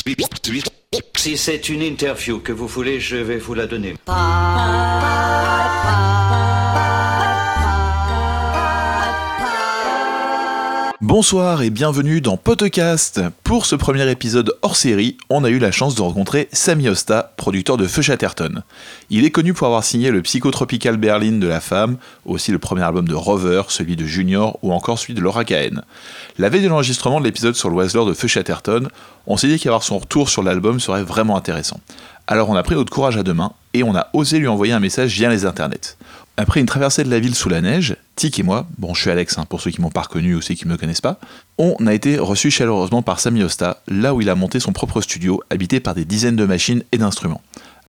Si c'est une interview que vous voulez, je vais vous la donner. Bonsoir et bienvenue dans Podcast. Pour ce premier épisode hors série, on a eu la chance de rencontrer Samy Osta, producteur de Feu Chatterton. Il est connu pour avoir signé le Psychotropical Berlin de La Femme, aussi le premier album de Rover, celui de Junior ou encore celui de Laura Cahen. La veille de l'enregistrement de l'épisode sur l'Oiseleur de Feu Chatterton, on s'est dit qu'avoir son retour sur l'album serait vraiment intéressant. Alors on a pris notre courage à deux mains et on a osé lui envoyer un message via les internets. Après une traversée de la ville sous la neige, Tic et moi, bon je suis Alex pour ceux qui m'ont pas reconnu ou ceux qui me connaissent pas, on a été reçus chaleureusement par Samy Osta, là où il a monté son propre studio, habité par des dizaines de machines et d'instruments.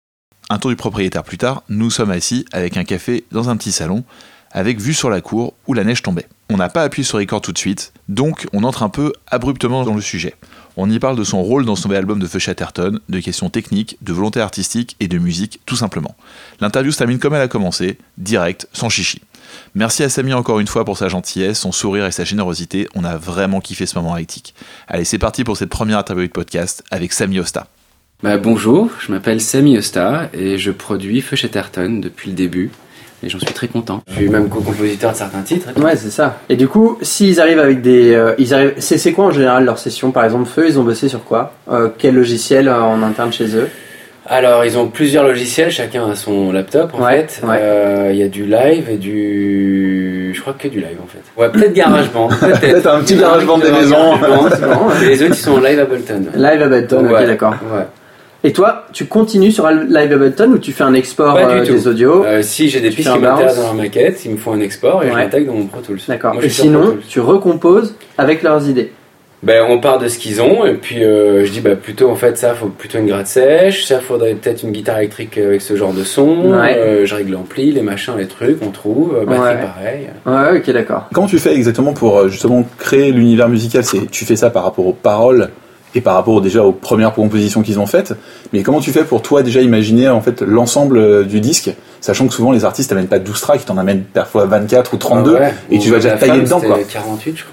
Un tour du propriétaire plus tard, nous sommes assis avec un café dans un petit salon, avec vue sur la cour où la neige tombait. On n'a pas appuyé sur record tout de suite, donc on entre un peu abruptement dans le sujet. On y parle de son rôle dans ce nouvel album de Feu Chatterton, de questions techniques, de volonté artistique et de musique, tout simplement. L'interview se termine comme elle a commencé, direct, sans chichi. Merci à Samy encore une fois pour sa gentillesse, son sourire et sa générosité, on a vraiment kiffé ce moment avec Tic. Allez, c'est parti pour cette première interview de podcast avec Samy Osta. Bonjour, je m'appelle Samy Osta et je produis Feu Chatterton depuis le début. Et j'en suis très content. Je suis même co-compositeur de certains titres. Ouais, c'est ça. Et du coup, s'ils arrivent avec des... C'est quoi en général leur session? Par exemple, Feu, ils ont bossé sur quoi? Quel logiciel en interne chez eux? Alors, ils ont plusieurs logiciels, chacun a son laptop en fait. Il y a du live et du... Je crois que du live en fait. Ouais, peut-être GarageBand. Peut-être un petit GarageBand des maisons. Et les autres, ils sont en Live Ableton. Live Ableton, ouais. Ok, d'accord. Ouais. Et toi, tu continues sur Live Ableton ou tu fais un export des audios? Si j'ai des pistes qui m'intéressent dans leur maquette, ils me font un export et je l'intègre dans mon Pro Tools. D'accord. Et sinon, tu recomposes avec leurs idées? On part de ce qu'ils ont et puis je dis plutôt en fait ça faut plutôt une gratte sèche, ça faudrait peut-être une guitare électrique avec ce genre de son, je règle l'ampli, les machins, les trucs, on trouve, batterie pareil. Ouais, ok, d'accord. Comment tu fais exactement pour justement créer l'univers musical? Tu fais ça par rapport aux paroles et par rapport déjà aux premières compositions qu'ils ont faites, mais comment tu fais pour toi déjà imaginer en fait l'ensemble du disque, sachant que souvent les artistes t'amènent pas 12 tracks, ils t'en amènent parfois 24 ou 32 et tu vas déjà tailler dedans quoi. 48 je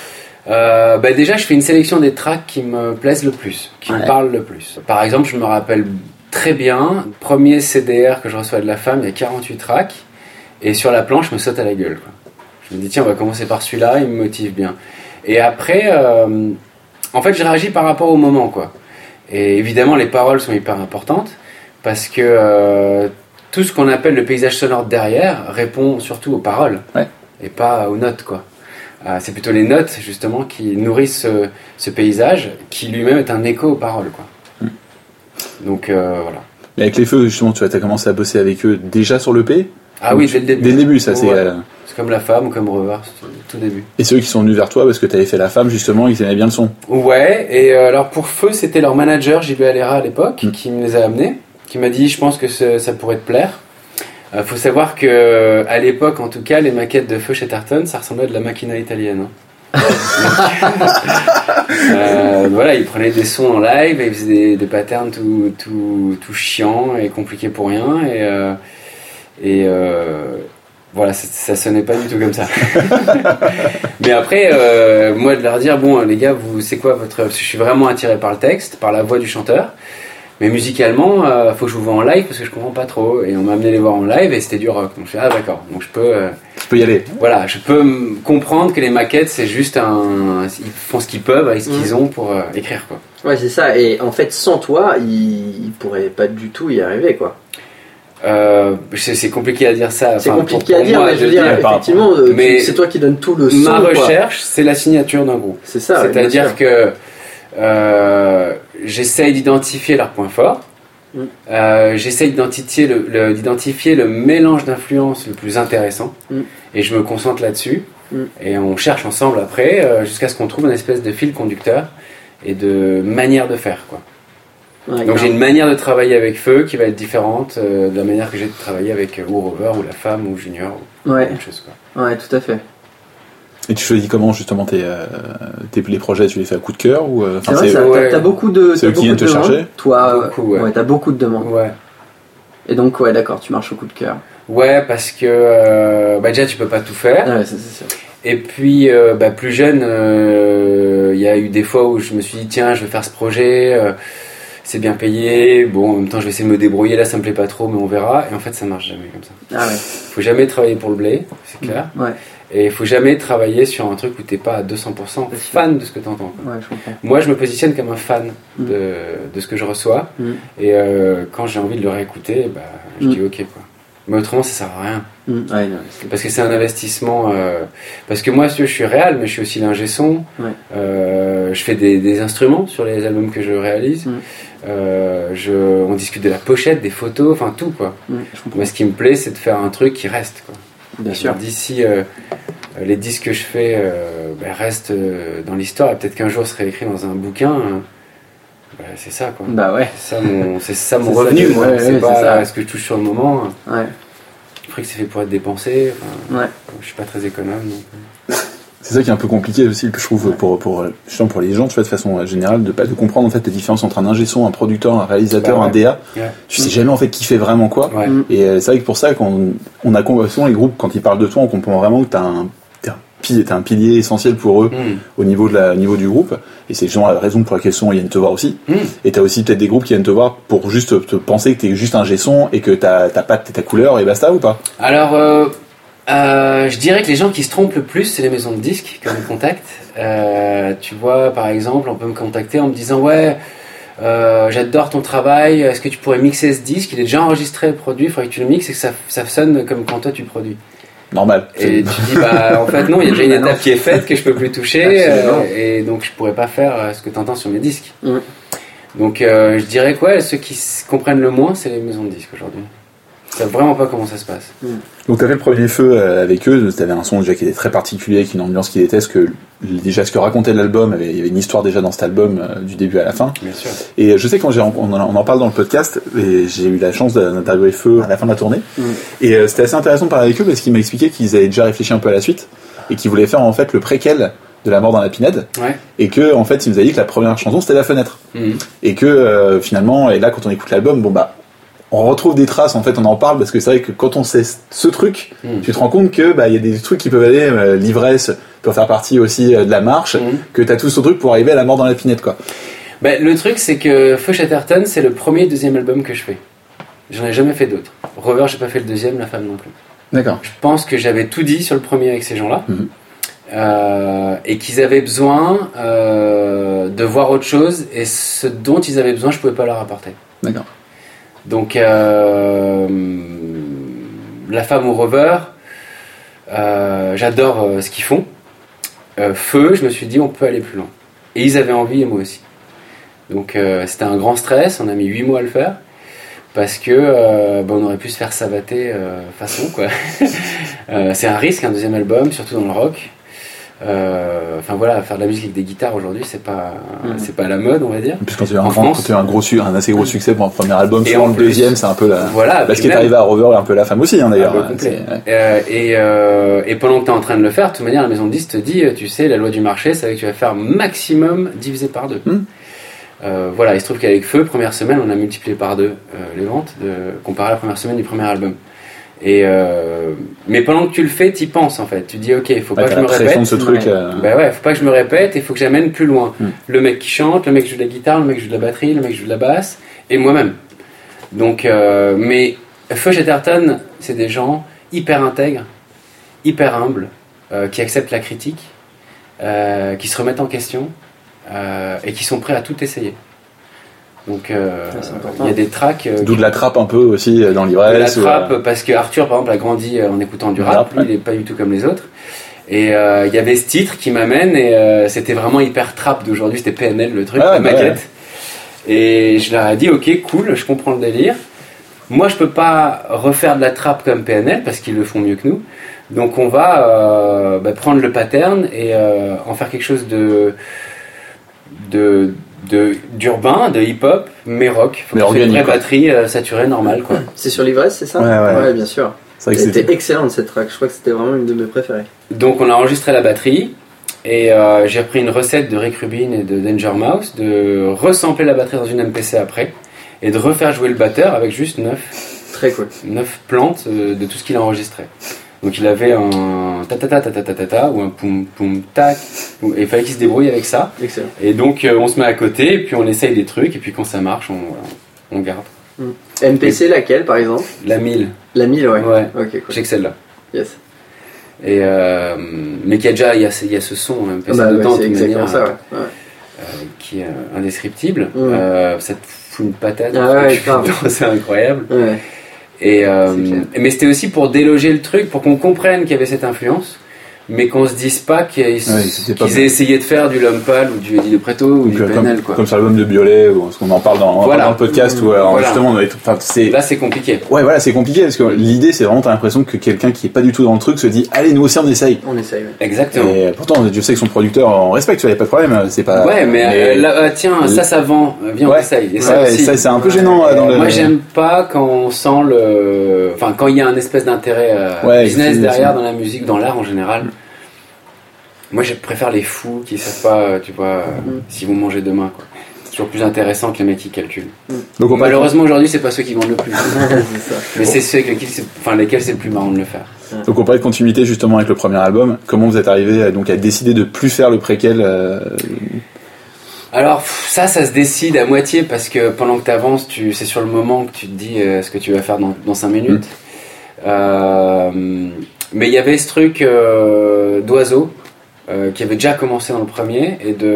crois. Déjà je fais une sélection des tracks qui me plaisent le plus, qui me parlent le plus. Par exemple je me rappelle très bien, premier CDR que je reçois de La Femme, il y a 48 tracks et sur la planche je me saute à la gueule quoi. Je me dis tiens on va commencer par celui-là, il me motive bien. Et après en fait, je réagis par rapport au moment, quoi. Et évidemment, les paroles sont hyper importantes parce que tout ce qu'on appelle le paysage sonore derrière répond surtout aux paroles et pas aux notes, quoi. C'est plutôt les notes, justement, qui nourrissent ce paysage qui lui-même est un écho aux paroles, quoi. Donc, voilà. Et avec les Feux, justement, tu as commencé à bosser avec eux déjà sur l'EP? Ah oui, dès le début. Dès le début, ça c'est... C'est comme La Femme ou comme Rover, tout début. Et c'est eux qui sont venus vers toi parce que tu avais fait La Femme justement, ils aimaient bien le son. Ouais, et alors pour Feu, c'était leur manager, JB Alera à l'époque, qui me les a amenés, qui m'a dit je pense que ça pourrait te plaire. Faut savoir que à l'époque, en tout cas, les maquettes de Feu Chatterton, ça ressemblait à de la macchina italienne. Voilà, ils prenaient des sons en live et ils faisaient des patterns tout chiants et compliqués pour rien voilà, ça sonnait pas du tout comme ça. Mais après, moi de leur dire, bon les gars, c'est quoi votre... Parce que je suis vraiment attiré par le texte, par la voix du chanteur. Mais musicalement, faut que je vous vois en live parce que je comprends pas trop. Et on m'a amené les voir en live et c'était du rock. Donc je fais, d'accord, donc je peux y aller. Voilà, je peux comprendre que les maquettes, c'est juste ils font ce qu'ils peuvent avec ce qu'ils ont pour écrire, quoi. Ouais, c'est ça. Et en fait, sans toi, ils pourraient pas du tout y arriver, quoi. C'est compliqué à dire ça. C'est compliqué à dire, moi, mais je veux dire, effectivement, c'est toi qui donne tout le son. Ma recherche, c'est la signature d'un groupe. C'est ça. C'est-à-dire que j'essaye d'identifier leurs points forts. J'essaye d'identifier le mélange d'influences le plus intéressant. Et je me concentre là-dessus. Et on cherche ensemble après, jusqu'à ce qu'on trouve une espèce de fil conducteur et de manière de faire, quoi. Ouais, donc j'ai une manière de travailler avec Feu qui va être différente de la manière que j'ai de travailler avec ou Rover ou La Femme ou Junior ou autre chose, quoi. Ouais, tout à fait. Et tu choisis comment justement les projets, tu les fais à coup de cœur ou c'est vrai, t'as beaucoup de c'est eux qui viennent te chercher. Toi, t'as beaucoup de demandes. Ouais. Et donc d'accord, tu marches au coup de cœur. Ouais, parce que déjà tu peux pas tout faire. Ouais, c'est sûr. Et puis, plus jeune, il y a eu des fois où je me suis dit, tiens, je vais faire ce projet, c'est bien payé, bon, en même temps, je vais essayer de me débrouiller, là, ça me plaît pas trop, mais on verra. Et en fait, ça marche jamais comme ça. Ah ouais. Faut jamais travailler pour le blé, c'est clair. Ouais. Et il faut jamais travailler sur un truc où t'es pas à 200% fan de ce que t'entends. Ouais, je comprends. Moi, je me positionne comme un fan de ce que je reçois. Et quand j'ai envie de le réécouter, je dis ok, quoi. Mais autrement, ça sert à rien. Ouais, non, parce que c'est un investissement. Parce que moi, je suis réal, mais je suis aussi l'ingé son. Ouais. Je fais des instruments sur les albums que je réalise. On discute de la pochette, des photos, enfin tout, quoi. Moi, ce qui me plaît, c'est de faire un truc qui reste, quoi. Bien sûr. D'ici, les disques que je fais restent dans l'histoire, et peut-être qu'un jour sera écrit dans un bouquin. C'est ça, quoi. Bah ouais. C'est ça mon revenu, moi. C'est pas ce que je touche sur le moment. Ouais. Après que c'est fait pour être dépensé. Ouais. Je suis pas très économe. Donc... C'est ça qui est un peu compliqué aussi, je trouve, pour les gens, tu vois, de façon générale, de comprendre en fait les différences entre un ingé son, un producteur, un réalisateur, un DA. Ouais. Tu sais jamais en fait qui fait vraiment quoi. Ouais. Et c'est vrai que pour ça, quand on a souvent les groupes, quand ils parlent de toi, on comprend vraiment que t'es un pilier essentiel pour eux au niveau du groupe. Et c'est justement la raison pour laquelle souvent ils viennent te voir aussi. Et t'as aussi peut-être des groupes qui viennent te voir pour juste te penser que t'es juste un G-son et que t'as pas ta couleur et basta, ou pas? Alors, je dirais que les gens qui se trompent le plus, c'est les maisons de disques qui me contactent. Tu vois, par exemple, on peut me contacter en me disant ouais, j'adore ton travail, est-ce que tu pourrais mixer ce disque? Il est déjà enregistré, produit, il faudrait que tu le mixes et que ça sonne comme quand toi tu produis. Normal. Et tu dis en fait non, il y a déjà une étape qui est faite que je peux plus toucher, et donc je pourrais pas faire ce que tu entends sur mes disques. Donc je dirais que ceux qui comprennent le moins, c'est les maisons de disques aujourd'hui. Ils savent vraiment pas comment ça se passe. Donc t'as fait le premier feu avec eux, t'avais un son déjà qui était très particulier, avec une ambiance qui était ce que racontait l'album, il y avait une histoire déjà dans cet album du début à la fin. Bien sûr. Et je sais quand on en parle dans le podcast, et j'ai eu la chance d'interviewer Feu à la fin de la tournée, et c'était assez intéressant de parler avec eux parce qu'ils m'ont expliqué qu'ils avaient déjà réfléchi un peu à la suite, et qu'ils voulaient faire en fait le préquel de La mort dans la pinède, et que en fait ils nous avaient dit que la première chanson c'était La fenêtre, et que finalement, et là quand on écoute l'album, on retrouve des traces, en fait, on en parle parce que c'est vrai que quand on sait ce truc, tu te rends compte que y a des trucs qui peuvent aller, l'ivresse peut faire partie aussi de la marche, que t'as tout ce truc pour arriver à La mort dans la pinède, quoi. Le truc, c'est que Feu Chatterton, c'est le premier et deuxième album que je fais. J'en ai jamais fait d'autres. Rover, j'ai pas fait le deuxième, La Femme non plus. D'accord. Je pense que j'avais tout dit sur le premier avec ces gens-là, et qu'ils avaient besoin de voir autre chose, et ce dont ils avaient besoin, je pouvais pas leur apporter. D'accord. Donc La Femme ou Rover, j'adore ce qu'ils font. Feu, je me suis dit on peut aller plus loin. Et ils avaient envie et moi aussi. Donc c'était un grand stress, on a mis 8 mois à le faire. Parce que on aurait pu se faire savater façon, quoi. C'est un risque, un deuxième album, surtout dans le rock. Faire de la musique avec des guitares aujourd'hui, c'est pas à la mode, on va dire. En plus, quand tu as un assez gros succès pour un premier album, souvent le deuxième, c'est un peu la. Voilà. Parce qu'il est arrivé à Rover et un peu La Femme aussi, d'ailleurs. Et pendant que tu es en train de le faire, de toute manière, la maison de disques te dit, tu sais, la loi du marché, c'est que tu vas faire maximum divisé par 2. Il se trouve qu'avec Feu, première semaine, on a multiplié par 2 les ventes comparé à la première semaine du premier album. Mais pendant que tu le fais, t'y penses en fait. Tu dis ok, faut pas que je me répète. De ce truc, faut pas que je me répète, il faut que j'amène plus loin. Le mec qui chante, le mec qui joue de la guitare, le mec qui joue de la batterie, le mec qui joue de la basse, et moi-même. Donc, mais Feu Chatterton, c'est des gens hyper intègres, hyper humbles, qui acceptent la critique, qui se remettent en question, et qui sont prêts à tout essayer. Donc il y a des tracks d'où de la trappe un peu aussi dans l'ivresse. De la trappe parce que Arthur par exemple a grandi en écoutant du rap, lui il est pas du tout comme les autres. Et il y avait ce titre qui m'amène et c'était vraiment hyper trap d'aujourd'hui, c'était PNL le truc, la maquette. Et je leur ai dit ok cool, je comprends le délire. Moi je peux pas refaire de la trappe comme PNL parce qu'ils le font mieux que nous. Donc on va prendre le pattern et en faire quelque chose d'urbain, de hip-hop, mais rock. Faut que une vraie batterie saturée, normale, quoi. C'est sur l'ivresse, c'est ça ? Ouais, bien sûr. C'était excellent cette track, je crois que c'était vraiment une de mes préférées. Donc on a enregistré la batterie, et j'ai repris une recette de Rick Rubin et de Danger Mouse, de resampler la batterie dans une MPC après, et de refaire jouer le batteur avec juste 9 plantes de tout ce qu'il a enregistré. Donc il avait un ta ou un poum poum tac, et il fallait qu'il se débrouille avec ça. Excellent. Et donc on se met à côté, et puis on essaye des trucs, et puis quand ça marche, on garde. MPC, laquelle par exemple? La 1000. La 1000, ouais. Ok, cool. J'ai que celle-là. Yes. Et mais qu'il y a déjà, il y a ce son MPC dedans, c'est exactement ça, ouais. Qui est indescriptible. Ça te fout une patate. C'est incroyable. Ouais. Et mais c'était aussi pour déloger le truc, pour qu'on comprenne qu'il y avait cette influence, mais qu'on se dise pas qu'ils aient essayé de faire du Lompal ou du Eddie De Preto ou du PNL, quoi. Comme sur l'album de Biolay, ou ce qu'on en parle dans le podcast, où alors justement, là c'est compliqué. Ouais, voilà, c'est compliqué parce que l'idée, c'est vraiment, t'as l'impression que quelqu'un qui est pas du tout dans le truc se dit, allez, nous aussi on essaye. On essaye. Ouais. Exactement. Et pourtant, je sais que son producteur, on respecte, tu vois, y a pas de problème, c'est pas. Ouais, mais là, tiens, ça vend, viens on essaye. Et ça aussi. Ça c'est un peu gênant dans le. Moi, j'aime pas quand on sent enfin, quand il y a un espèce d'intérêt business derrière dans la musique, dans l'art en général. Moi, je préfère les fous qui savent pas, tu vois, s'ils vont manger demain, quoi. C'est toujours plus intéressant que les mecs qui calculent. Donc, malheureusement, aujourd'hui, c'est pas ceux qui vendent le plus. C'est ça. Mais c'est ceux avec lesquels c'est le plus marrant de le faire. Donc, on parlait de continuité justement avec le premier album. Comment vous êtes arrivé à décider de plus faire le préquel Alors, ça se décide à moitié parce que pendant que t'avances, c'est sur le moment que tu te dis ce que tu vas faire dans 5 minutes. Mais il y avait ce truc d'oiseau. Qui avait déjà commencé dans le premier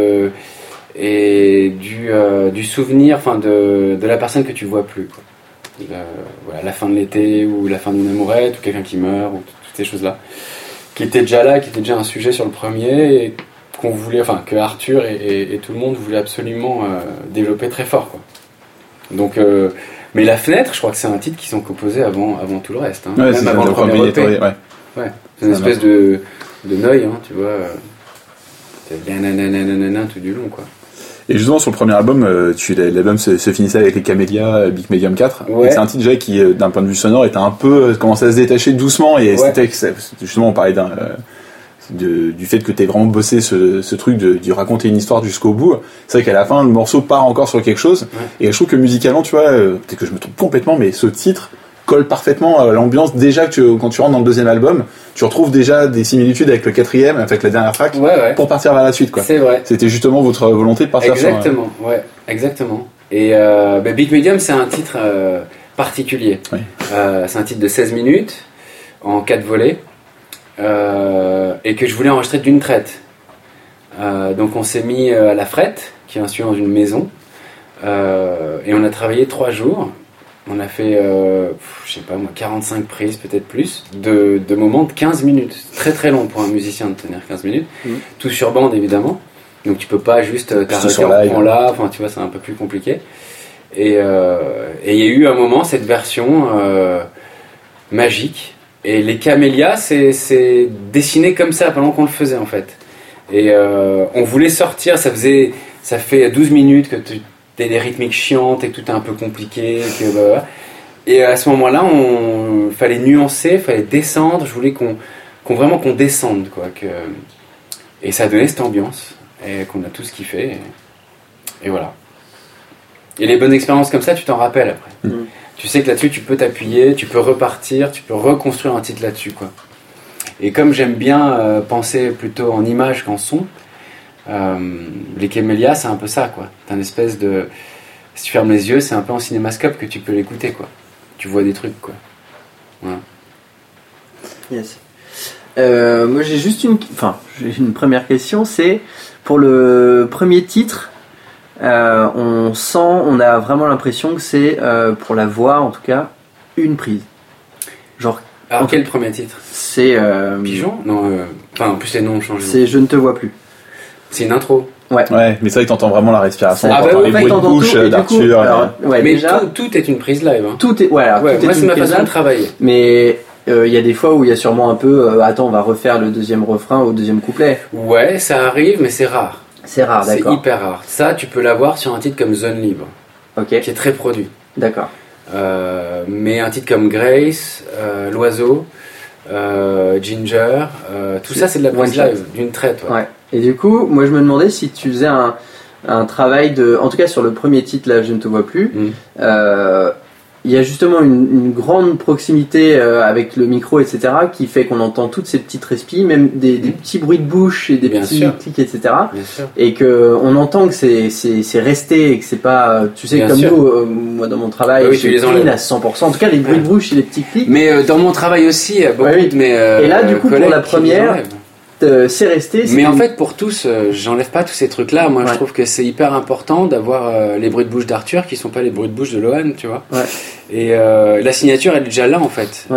et du souvenir, enfin de la personne que tu vois plus, quoi. Voilà, la fin de l'été ou la fin d'une amourette ou quelqu'un qui meurt ou toutes ces choses là qui étaient déjà là, qui étaient déjà un sujet sur le premier et qu'on voulait, enfin que Arthur et tout le monde voulait absolument développer très fort, quoi. Donc mais La Fenêtre, je crois que c'est un titre qu'ils ont composé avant tout le reste, hein. Même avant le premier EP. Ouais. C'est une espèce de Noy, hein, tu vois, c'est nanana tout du long, quoi. Et justement sur le premier album, l'album se finissait avec les Camélias, Big Medium 4. Ouais. Et c'est un titre déjà qui, d'un point de vue sonore, était un peu commençait à se détacher doucement et c'était justement on parlait du fait que t'aies vraiment bossé ce truc de raconter une histoire jusqu'au bout. C'est vrai qu'à la fin le morceau part encore sur quelque chose et je trouve que musicalement, tu vois, peut-être que je me trompe complètement, mais ce titre colle parfaitement à l'ambiance déjà que quand tu rentres dans le deuxième album, tu retrouves déjà des similitudes avec le quatrième, avec la dernière track, pour partir vers la suite, quoi. C'est vrai. C'était justement votre volonté de partir exactement, sur... exactement. Et Big Medium, c'est un titre particulier. Oui. C'est un titre de 16 minutes, en 4 volets, et que je voulais enregistrer d'une traite. Donc on s'est mis à la frette, qui est un studio dans une maison, et on a travaillé 3 jours. On a fait, je sais pas moi, 45 prises, peut-être plus, de moments de 15 minutes. Très très long pour un musicien de tenir 15 minutes. Tout sur bande, évidemment. Donc tu peux pas juste t'arrêter, on prend là, enfin tu vois, c'est un peu plus compliqué. Et il y a eu un moment, cette version magique. Et les Camélias, c'est dessiné comme ça, pendant qu'on le faisait en fait. Et on voulait sortir, ça fait 12 minutes que t'as des rythmiques chiantes et que tout est un peu compliqué. Et à ce moment-là, fallait nuancer, fallait descendre. Je voulais qu'on descende, quoi. Et ça a donné cette ambiance et qu'on a tous kiffé. Et voilà. Et les bonnes expériences comme ça, tu t'en rappelles après. Tu sais que là-dessus, tu peux t'appuyer, tu peux repartir, tu peux reconstruire un titre là-dessus, quoi. Et comme j'aime bien penser plutôt en image qu'en son, les Camélias, c'est un peu ça, quoi. T'as une espèce de... Si tu fermes les yeux, c'est un peu en cinémascope que tu peux l'écouter, quoi. Tu vois des trucs, quoi. Voilà. Yes. Moi, j'ai juste une première question, c'est pour le premier titre, on a vraiment l'impression que c'est, pour la voix en tout cas, une prise. Genre. Alors, quel premier titre ? C'est... Pigeon ? Non, en plus les noms ont changé. C'est Je ne te vois plus. C'est une intro. Ouais, mais c'est vrai que t'entends vraiment la respiration, les bruits de bouche d'Arthur. Mais tout est une prise live. Hein. Tout est, voilà. Ouais, moi, c'est ma façon de travailler. Mais il y a des fois où il y a sûrement un peu, attends, on va refaire le deuxième refrain au deuxième couplet. Ouais, ça arrive, mais c'est rare. C'est rare, d'accord. C'est hyper rare. Ça, tu peux l'avoir sur un titre comme Zone Libre, qui est très produit. D'accord. Mais un titre comme Grace, L'Oiseau, Ginger, tout ça, c'est de la prise live, d'une traite. Ouais. Et du coup, moi je me demandais si tu faisais un travail en tout cas sur le premier titre là, Je ne te vois plus, il y a justement une grande proximité avec le micro, etc., qui fait qu'on entend toutes ces petites respis, même des petits bruits de bouche et des petits clics, etc. Et qu'on entend que c'est resté et que c'est pas, tu sais, comme nous, moi dans mon travail, je suis clean à 100%. En tout cas, les bruits de bouche et les petits clics. Mais dans mon travail aussi, beaucoup de mes et là, du coup, pour la première, c'est resté. Mais en fait, pour tous, j'enlève pas tous ces trucs-là. Moi, je trouve que c'est hyper important d'avoir les bruits de bouche d'Arthur qui sont pas les bruits de bouche de Lohan, tu vois. Et la signature, elle est déjà là, en fait.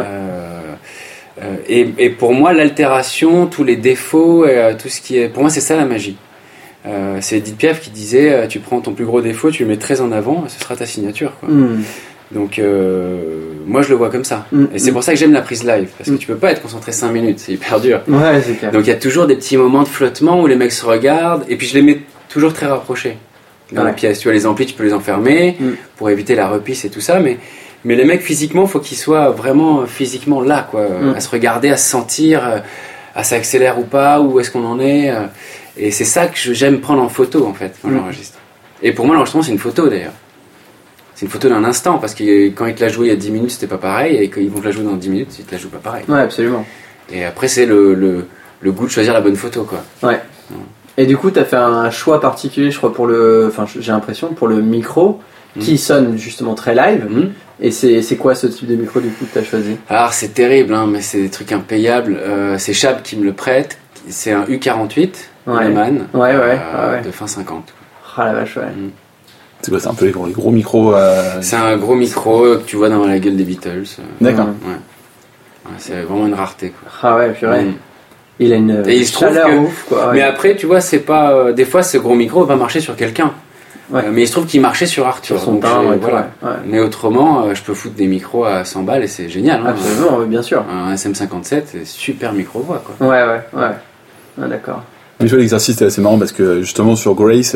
Et pour moi, l'altération, tous les défauts, tout ce qui est, pour moi, c'est ça la magie. C'est Edith Piaf qui disait, tu prends ton plus gros défaut, tu le mets très en avant, ce sera ta signature, quoi. Donc moi je le vois comme ça. Et c'est pour ça que j'aime la prise live, parce que tu peux pas être concentré 5 minutes, c'est hyper dur. Ouais, c'est clair. Donc il y a toujours des petits moments de flottement où les mecs se regardent, et puis je les mets toujours très rapprochés dans la pièce. Tu vois, les amplis, tu peux les enfermer pour éviter la repisse et tout ça, mais les mecs physiquement, faut qu'ils soient vraiment physiquement là, quoi, à se regarder, à se sentir, à s'accélérer ou pas, où est-ce qu'on en est. Et c'est ça que j'aime prendre en photo, en fait, quand j'enregistre. Et pour moi, l'enregistrement, c'est une photo d'ailleurs. C'est une photo d'un instant, parce que quand ils te la jouent il y a 10 minutes, c'était pas pareil, et quand ils vont te la jouer dans 10 minutes, ils te la jouent pas pareil. Ouais, absolument. Et après, c'est le goût de choisir la bonne photo, quoi. Ouais. Et du coup, tu as fait un choix particulier, je crois, j'ai l'impression, pour le micro, qui sonne justement très live. Et c'est quoi ce type de micro, du coup, que tu as choisi? Alors, c'est terrible, hein, mais c'est des trucs impayables. C'est Chab qui me le prête. C'est un U48, Neumann, de fin 50. Ah la vache, ouais. C'est quoi, c'est un peu les gros micros C'est un gros micro que tu vois dans la gueule des Beatles. D'accord. C'est vraiment une rareté, quoi. Ah ouais, purée. Il a une chaleur ouf, quoi. Mais après, tu vois, c'est pas... des fois, ce gros micro va marcher sur quelqu'un. Mais il se trouve qu'il marchait sur Arthur. Sur son pain, voilà. Mais autrement, je peux foutre des micros à 100 balles et c'est génial. Hein. Absolument, bien sûr. Un SM57, c'est super micro-voix, quoi. Ouais. Ah, d'accord. Mais tu vois, l'exercice c'était assez marrant parce que justement sur Grace,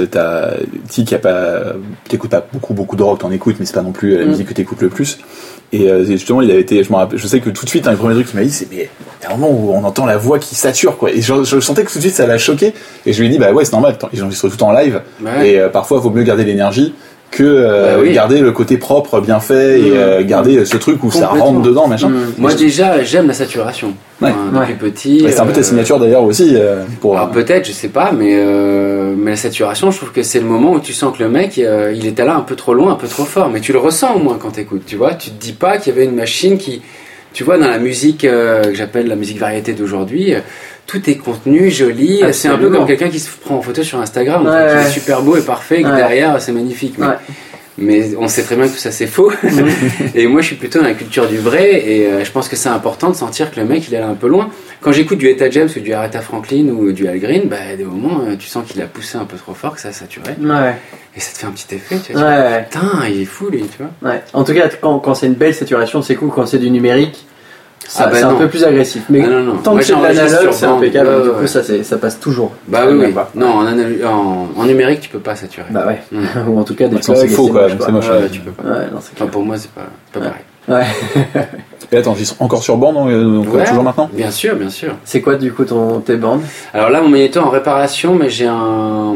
t'écoutes pas beaucoup de rock, t'en écoutes, mais c'est pas non plus la musique que t'écoutes le plus. Et justement, il avait été, je sais que tout de suite, un des premiers trucs qu'il m'a dit, c'est mais il y a un moment où on entend la voix qui sature, quoi. Et je sentais que tout de suite ça l'a choqué. Et je lui ai dit, bah ouais, c'est normal, ils enregistrent tout en live. Et parfois, il vaut mieux garder l'énergie que garder le côté propre, bien fait, et garder ce truc où ça rentre dedans, machin. Moi déjà, j'aime la saturation. Depuis petit. C'est un peu ta signature d'ailleurs aussi. Alors peut-être, je sais pas, mais la saturation, je trouve que c'est le moment où tu sens que le mec, il était là un peu trop loin, un peu trop fort. Mais tu le ressens au moins quand t'écoutes, tu vois. Tu te dis pas qu'il y avait une machine qui... Tu vois, dans la musique que j'appelle la musique variété d'aujourd'hui, tout est contenu, joli. Absolument. C'est un peu comme quelqu'un qui se prend en photo sur Instagram. C'est super beau et parfait, et que derrière, c'est magnifique. Mais on sait très bien que tout ça, c'est faux. Et moi, je suis plutôt dans la culture du vrai. Et je pense que c'est important de sentir que le mec, il est là un peu loin. Quand j'écoute du Etta James ou du Aretha Franklin ou du Al Green, des moments, tu sens qu'il a poussé un peu trop fort, que ça a saturé. Et ça te fait un petit effet, tu vois. Putain, il est fou, lui, tu vois. En tout cas, quand c'est une belle saturation, c'est cool. Quand c'est du numérique, c'est un peu plus agressif. Mais tant que c'est de l'analogue, c'est impeccable. Du coup, ça passe toujours. Oui. Non, en numérique, tu peux pas saturer. Ou en tout cas, des plugs, c'est faux, quoi. C'est moche. Tu peux pas. Pour moi, c'est pas pareil. Et attends, ils sont encore sur bande, toujours maintenant? Bien sûr. C'est quoi, du coup, tes bandes? Alors là, mon magnéto est en réparation, mais j'ai un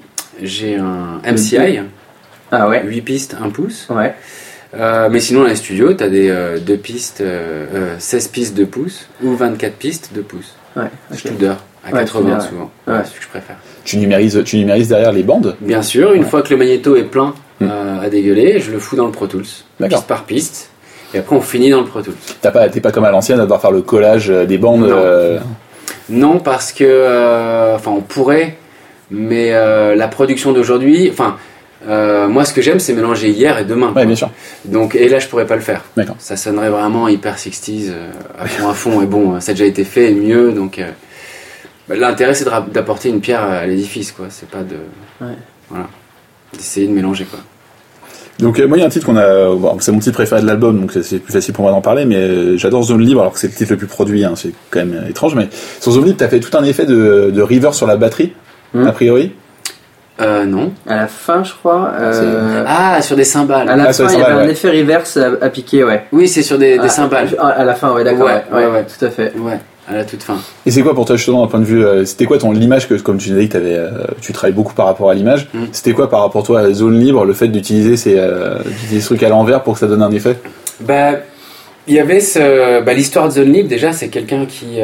MCI. 8 pistes, 1 pouce. Mais sinon, dans les studios, t'as des 2 pistes, 16 pistes 2 pouces ou 24 pistes 2 pouces. Studer, à 80 souvent. C'est ce que je préfère. Tu numérises derrière les bandes? Bien sûr, une fois que le magnéto est plein à dégueuler, je le fous dans le Pro Tools, piste par piste. Et après, on finit dans le Pro Tools. T'es pas comme à l'ancienne à devoir faire le collage des bandes? Non, parce que... on pourrait, mais la production d'aujourd'hui... moi, ce que j'aime, c'est mélanger hier et demain. Ouais, bien sûr. Donc, et là, je pourrais pas le faire. D'accord. Ça sonnerait vraiment hyper 60s, à fond. Et bon, ça a déjà été fait, et mieux. Donc, l'intérêt, c'est d'apporter une pierre à l'édifice, quoi. C'est pas de... Voilà. D'essayer de mélanger, quoi. Donc moi il y a un titre c'est mon titre préféré de l'album, donc c'est plus facile pour moi d'en parler, mais j'adore Zone Libre, alors que c'est le titre le plus produit, c'est quand même étrange, mais sur Zone Libre t'as fait tout un effet de reverb sur la batterie, a priori. Non. À la fin, je crois. Sur des cymbales. À la fin, il y avait un effet reverse à piquer, Oui, c'est sur des cymbales. À la fin, d'accord. Ouais, tout à fait. à la toute fin. Et c'est quoi pour toi justement d'un point de vue, c'était quoi l'image que, comme tu disais que tu travailles beaucoup par rapport à l'image, c'était quoi par rapport toi à la zone libre, le fait d'utiliser ces trucs à l'envers pour que ça donne un effet? Il y avait l'histoire de Zone Libre, déjà c'est quelqu'un qui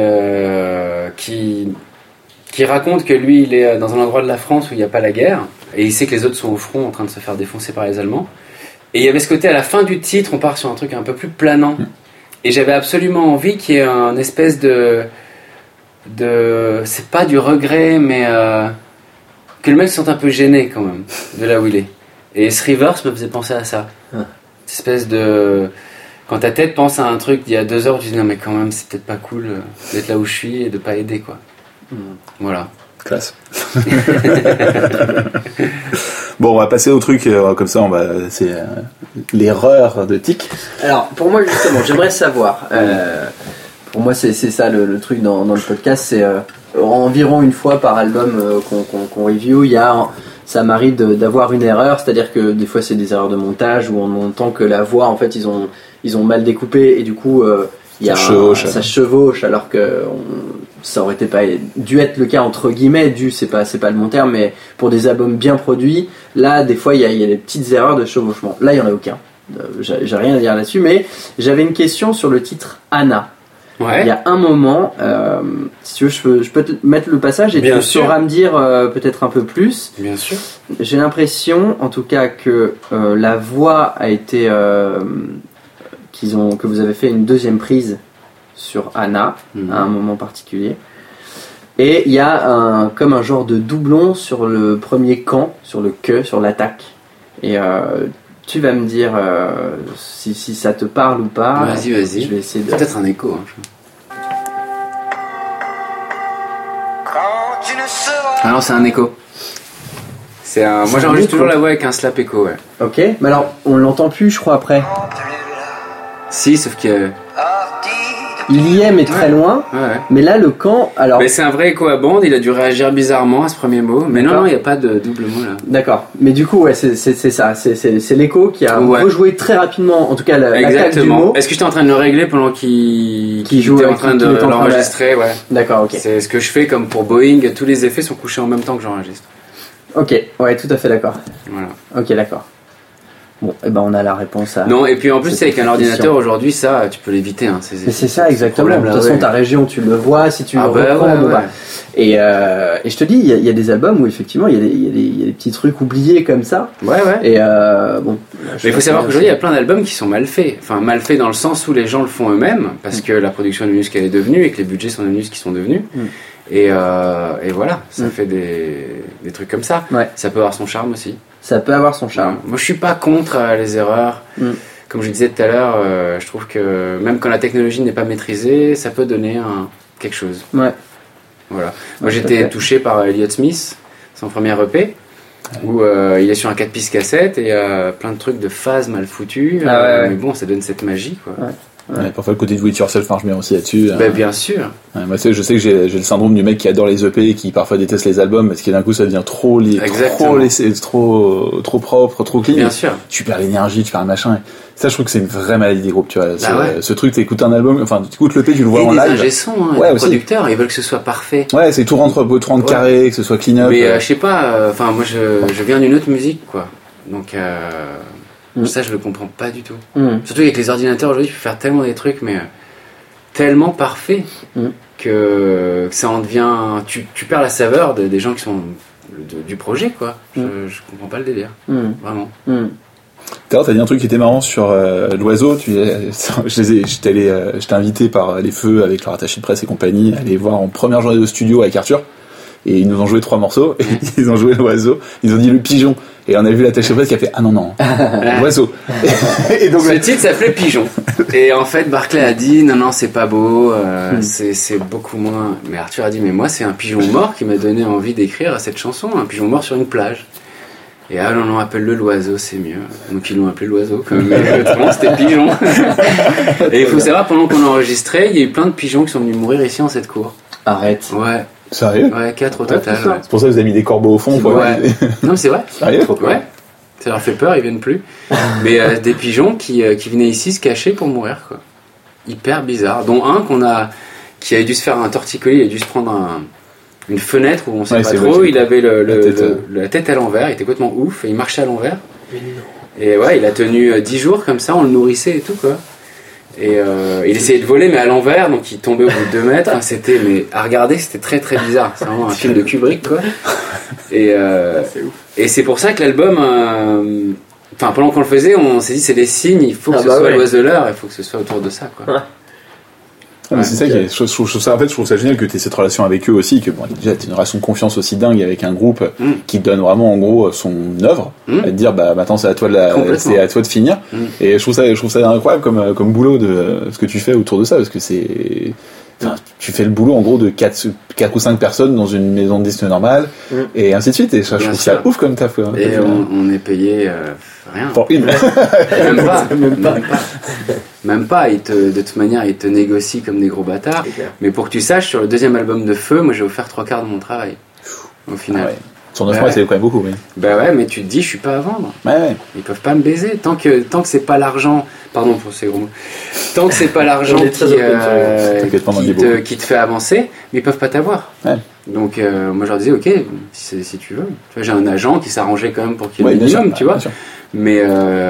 raconte que lui il est dans un endroit de la France où il n'y a pas la guerre et il sait que les autres sont au front en train de se faire défoncer par les Allemands. Et il y avait ce côté à la fin du titre, on part sur un truc un peu plus planant. Et j'avais absolument envie qu'il y ait un espèce de c'est pas du regret, mais que le mec se sente un peu gêné quand même de là où il est. Et ce reverse me faisait penser à ça. Cette espèce de... Quand ta tête pense à un truc d'il y a 2 heures, tu te dis non mais quand même c'est peut-être pas cool d'être là où je suis et de pas aider quoi. Voilà. Classe. Bon, on va passer au truc comme ça. C'est l'erreur de Tic. Alors, pour moi justement, j'aimerais savoir. Pour moi, c'est ça le truc dans le podcast. C'est environ une fois par album qu'on review. Ça m'arrive d'avoir une erreur, c'est-à-dire que des fois c'est des erreurs de montage où on entend que la voix, en fait, ils ont mal découpé et du coup ça chevauche alors que ça aurait été pas dû être le cas entre guillemets, c'est pas le bon terme, mais pour des albums bien produits, là des fois il y a des petites erreurs de chevauchement. Là il y en a aucun. J'ai rien à dire là-dessus, mais j'avais une question sur le titre Anna. Ouais. Il y a un moment, si tu veux, je peux te mettre le passage et tu sauras me dire peut-être un peu plus. Bien sûr. J'ai l'impression, en tout cas, que la voix a été que vous avez fait une deuxième prise sur Anna à un moment particulier. Et il y a comme un genre de doublon sur le premier camp, sur le que, sur l'attaque. Et tu vas me dire si ça te parle ou pas. Vas-y. Je vais essayer de... Peut-être un écho. Ah non, c'est un écho. Moi j'enregistre toujours la voix avec un slap écho, ouais. Ok, mais alors on l'entend plus, je crois, après. Si, sauf que... Il y est, mais très loin. Ouais. Mais là, le camp... Alors... Mais c'est un vrai écho à bande, il a dû réagir bizarrement à ce premier mot. Mais non, il n'y a pas de double mot là. D'accord. Mais du coup, ouais, c'est ça. C'est l'écho qui a rejoué très rapidement, en tout cas, l'attaque du mot. Est-ce que j'étais en train de le régler pendant qu'il était en train de l'enregistrer? Ouais. D'accord, ok. C'est ce que je fais comme pour Boeing, tous les effets sont couchés en même temps que j'enregistre. Ok, ouais, tout à fait d'accord. Voilà. Ok, d'accord. Bon, et ben on a la réponse à... Non, et puis en plus avec un ordinateur aujourd'hui, ça, tu peux l'éviter. Hein, c'est ça, exactement. De toute façon, ta région, tu le vois, si tu le reprends. Et je te dis, il y a des albums où effectivement, il y a des petits trucs oubliés comme ça. Ouais. Et bon... Mais il faut savoir qu'aujourd'hui, il y a plein d'albums qui sont mal faits. Enfin, mal faits dans le sens où les gens le font eux-mêmes, parce que la production est devenue ce qu'elle est devenue, et que les budgets sont devenus ce qu'ils sont devenus. Et voilà, ça fait des trucs comme ça. Ouais. Ça peut avoir son charme aussi. Ça peut avoir son charme. Moi, je suis pas contre les erreurs. Comme je disais tout à l'heure, je trouve que même quand la technologie n'est pas maîtrisée, ça peut donner quelque chose. Ouais. Voilà. Moi, j'étais touché par Elliott Smith, son premier EP, où il est sur un 4 pistes cassette et plein de trucs de phases mal foutus. Mais bon, ça donne cette magie, quoi. Ouais. Ouais, parfois le côté de it yourself, je mets aussi là-dessus. Bien sûr. Moi, je sais que j'ai le syndrome du mec qui adore les EP et qui parfois déteste les albums parce que d'un coup ça devient trop propre, trop clean. Bien sûr. Tu perds l'énergie, tu perds le machin. Et ça, je trouve que c'est une vraie maladie des groupes, tu vois. Ce truc, t'écoutes un album, enfin, tu écoutes l'EP, tu le vois en live. Et les ingé-sons, les producteurs, ils veulent que ce soit parfait. Ouais, c'est tout rentre carré, que ce soit clean up. Mais je sais pas, moi je viens d'une autre musique, quoi. Donc ça, je le comprends pas du tout. Surtout avec les ordinateurs aujourd'hui, tu peux faire tellement des trucs, mais tellement parfaits que ça en devient. Tu perds la saveur des gens qui sont du projet, quoi. Je comprends pas le délire, vraiment. T'as dit un truc qui était marrant sur l'oiseau. J'étais invité par les Feux avec leur attaché de presse et compagnie à aller voir en première journée de studio avec Arthur. Et ils nous ont joué 3 morceaux, et ils ont joué l'oiseau, ils ont dit le pigeon, et on a vu l'attaché de presse qui a fait ah non, l'oiseau. Et donc, ce titre s'appelait Pigeon. Et en fait, Barclay a dit non, c'est pas beau, c'est beaucoup moins. Mais Arthur a dit mais moi, c'est un pigeon mort qui m'a donné envie d'écrire cette chanson, un pigeon mort sur une plage. Et non, appelle-le l'oiseau, c'est mieux. Donc ils l'ont appelé l'oiseau, mais autrement c'était pigeon. Et il faut savoir, pendant qu'on enregistrait, il y a eu plein de pigeons qui sont venus mourir ici en cette cour. Arrête. Ouais. Sérieux ? Ouais, 4 au total. Ouais. C'est pour ça que vous avez mis des corbeaux au fond. Ouais. Non, mais c'est vrai. Sérieux ? Ouais. Ça leur fait peur, ils viennent plus. Mais des pigeons qui venaient ici se cacher pour mourir, quoi. Hyper bizarre. Dont un qui avait dû se faire un torticolis, il a dû se prendre une fenêtre où on sait Ouais, pas c'est trop, vrai, il avait la la tête à l'envers, il était complètement ouf et il marchait à l'envers. Mais non. Et ouais, il a tenu 10 jours comme ça, on le nourrissait et tout quoi. Et il essayait de voler mais à l'envers, donc il tombait au bout de 2 mètres. Enfin, c'était, mais à regarder, c'était très très bizarre. C'est vraiment un film de Kubrick quoi. Et C'est ouf. et c'est pour ça que l'album, enfin pendant qu'on le faisait, on s'est dit c'est des signes, il faut que ce soit l'oiseleur, il faut que ce soit autour de ça quoi. Ouais. Mais c'est ça qui est, je trouve ça, en fait, je trouve ça génial que tu aies cette relation avec eux aussi, que bon, déjà t'as une relation de confiance aussi dingue avec un groupe qui te donne vraiment en gros son œuvre, à te dire bah maintenant c'est à toi de finir. Et je trouve ça incroyable comme boulot de ce que tu fais autour de ça, parce que c'est, enfin, tu fais le boulot en gros de 4 ou 5 personnes dans une maison de disque normale et ainsi de suite. Et je trouve ça ouf comme taf. Quoi. Et on est payé rien. Pour une. Même pas. De toute manière, ils te négocient comme des gros bâtards. Mais pour que tu saches, sur le deuxième album de Feu, moi j'ai offert 3/4 de mon travail. Au final. Ah ouais. Sur 9 mois, c'est quand même beaucoup. Oui. Bah ouais, mais tu te dis, je suis pas à vendre. Ouais. Ils peuvent pas me baiser. Tant que c'est pas l'argent. Pardon pour ces gros mots. Tant que c'est pas l'argent qui te fait avancer, mais ils peuvent pas t'avoir. Ouais. Donc moi je leur disais, ok, si tu veux. Tu vois, j'ai un agent qui s'arrangeait quand même pour qu'il y ait le minimum, tu vois. Mais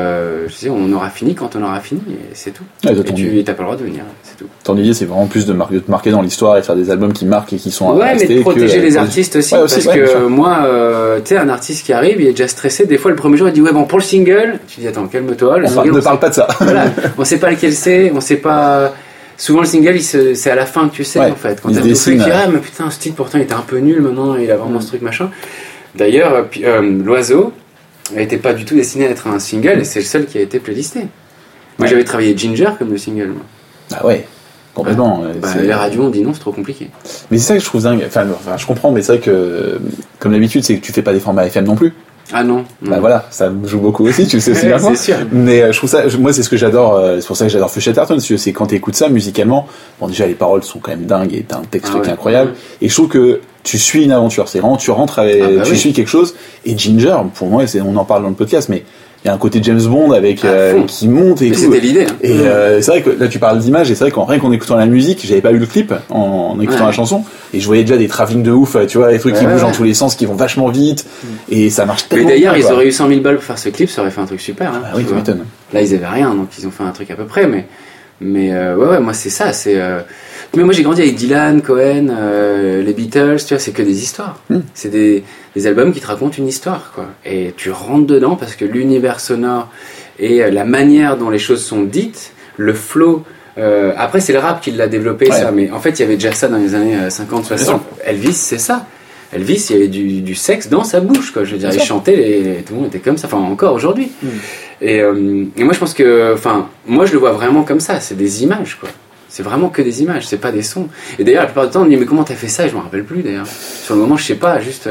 je disais, on aura fini quand on aura fini, et c'est tout. Ouais, et t'as pas le droit de venir, c'est tout. Ton idée, c'est vraiment plus de te marquer dans l'histoire et faire des albums qui marquent et qui sont ouais, mais de protéger les artistes aussi, ouais, parce que moi, tu sais, un artiste qui arrive, il est déjà stressé. Des fois, le premier jour, il dit, ouais, bon, pour le single, tu dis, attends, calme-toi. Ne parle pas de ça. Voilà, on sait pas lequel c'est, on sait pas. Souvent, le single, c'est à la fin que tu sais, en fait. Quand t'as tout fait, tu dis, ah, mais putain, ce titre, pourtant, il était un peu nul, maintenant, il a vraiment ce truc, machin. D'ailleurs, l'oiseau n'était pas du tout destiné à être un single, et c'est le seul qui a été playlisté. Moi, j'avais travaillé Ginger comme le single. Moi. Ah ouais, complètement. Les radios ont dit non, c'est trop compliqué. Mais c'est ça que je trouve dingue. Enfin, je comprends, mais c'est vrai que, comme d'habitude, c'est que tu fais pas des formats FM non plus. Ah non. Bah voilà, ça me joue beaucoup aussi, tu le sais aussi bien c'est sûr. Mais je trouve ça, moi c'est ce que j'adore, c'est pour ça que j'adore Feu Chatterton, c'est quand t'écoutes ça musicalement, bon déjà les paroles sont quand même dingues et t'as un texte qui est incroyable, et je trouve que tu suis une aventure, c'est vraiment, tu rentres avec, tu suis quelque chose, et Ginger, pour moi, on en parle dans le podcast, mais il y a un côté James Bond avec qui monte et mais tout. C'était l'idée. Hein. Et c'est vrai que là tu parles d'image et c'est vrai qu'en rien qu'en écoutant la musique, j'avais pas eu le clip en écoutant la chanson et je voyais déjà des travelling de ouf, tu vois, des trucs qui bougent dans tous les sens, qui vont vachement vite et ça marche tellement. Mais d'ailleurs, bien, ils auraient eu 100 000 balles pour faire ce clip, ça aurait fait un truc super. Hein, ah oui, tu m'étonnes. Là, ils avaient rien, donc ils ont fait un truc à peu près, mais ouais, moi c'est ça, c'est. Mais moi j'ai grandi avec Dylan, Cohen, les Beatles, tu vois, c'est que des histoires. C'est des albums qui te racontent une histoire, quoi. Et tu rentres dedans parce que l'univers sonore et la manière dont les choses sont dites, le flow. Après, c'est le rap qui l'a développé, ça, mais en fait, il y avait déjà ça dans les années 50-60. Elvis, c'est ça. Elvis, il y avait du sexe dans sa bouche, quoi. Je veux dire, il chantait et tout le monde était comme ça, enfin, encore aujourd'hui. Et moi, je pense que, enfin, moi, je le vois vraiment comme ça, c'est des images, quoi. C'est vraiment que des images, c'est pas des sons. Et d'ailleurs, la plupart du temps, on me dit, mais comment t'as fait ça? Et je me rappelle plus, d'ailleurs. Sur le moment, je sais pas, juste,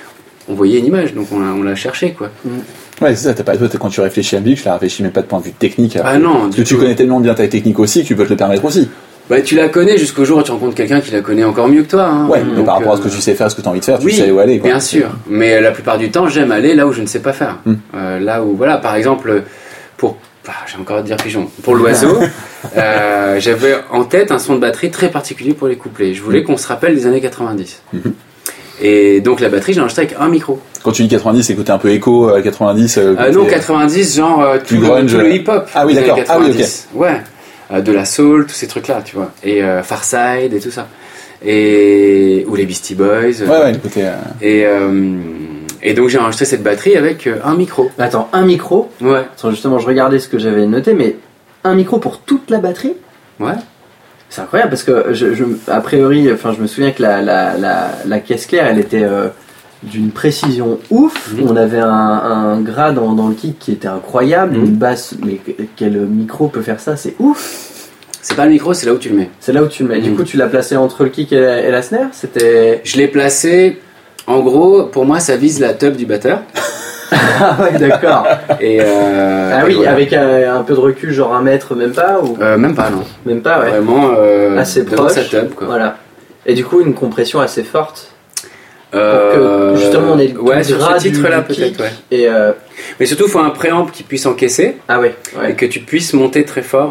on voyait une image, donc on l'a cherché, quoi. Ouais, c'est ça, toi, quand tu réfléchis à la musique, tu la réfléchis, mais pas de point de vue technique. Ah non, parce que tu connais tellement bien ta technique aussi que tu peux te le permettre aussi. Bah, tu la connais jusqu'au jour où tu rencontres quelqu'un qui la connaît encore mieux que toi. Hein. Ouais, mais par rapport à ce que tu sais faire, ce que tu as envie de faire, tu sais où aller, quoi. Bien sûr. Mais la plupart du temps, j'aime aller là où je ne sais pas faire. Là où, voilà, par exemple, j'ai encore à te dire pigeon. Pour l'oiseau, j'avais en tête un son de batterie très particulier pour les couplets. Je voulais qu'on se rappelle des années 90. Et donc la batterie, j'ai enregistré avec un micro. Quand tu dis 90, c'est côté un peu écho, 90 non, 90, genre tout le hip-hop. Ah oui, d'accord. 90. Ah oui, ok. Ouais. De la soul, tous ces trucs-là, tu vois. Et Farside et tout ça. Ou les Beastie Boys. Ouais, écoutez. Et donc j'ai enregistré cette batterie avec un micro. Attends, un micro? Ouais. Attends, justement, je regardais ce que j'avais noté, mais un micro pour toute la batterie? Ouais. C'est incroyable parce que a priori, enfin, je me souviens que la caisse claire, elle était d'une précision ouf. On avait un gras dans le kick qui était incroyable, une basse, mais quel micro peut faire ça? C'est ouf. C'est pas le micro, c'est là où tu le mets. C'est là où tu le mets. Du coup, tu l'as placé entre le kick et la snare? C'était. Je l'ai placé. En gros, pour moi, ça vise la tub du batteur. Ah ouais, d'accord. Et ah oui, voilà. Avec un peu de recul, genre 1 mètre, même pas ou... Même pas, non. Même pas, ouais. Vraiment assez devant proche. sa tub, quoi. Voilà. Et du coup, une compression assez forte. Pour que justement on ait le sur ce titre-là, peut-être, ouais. Et mais surtout, il faut un préamp qui puisse encaisser. Ah ouais. Et que tu puisses monter très fort.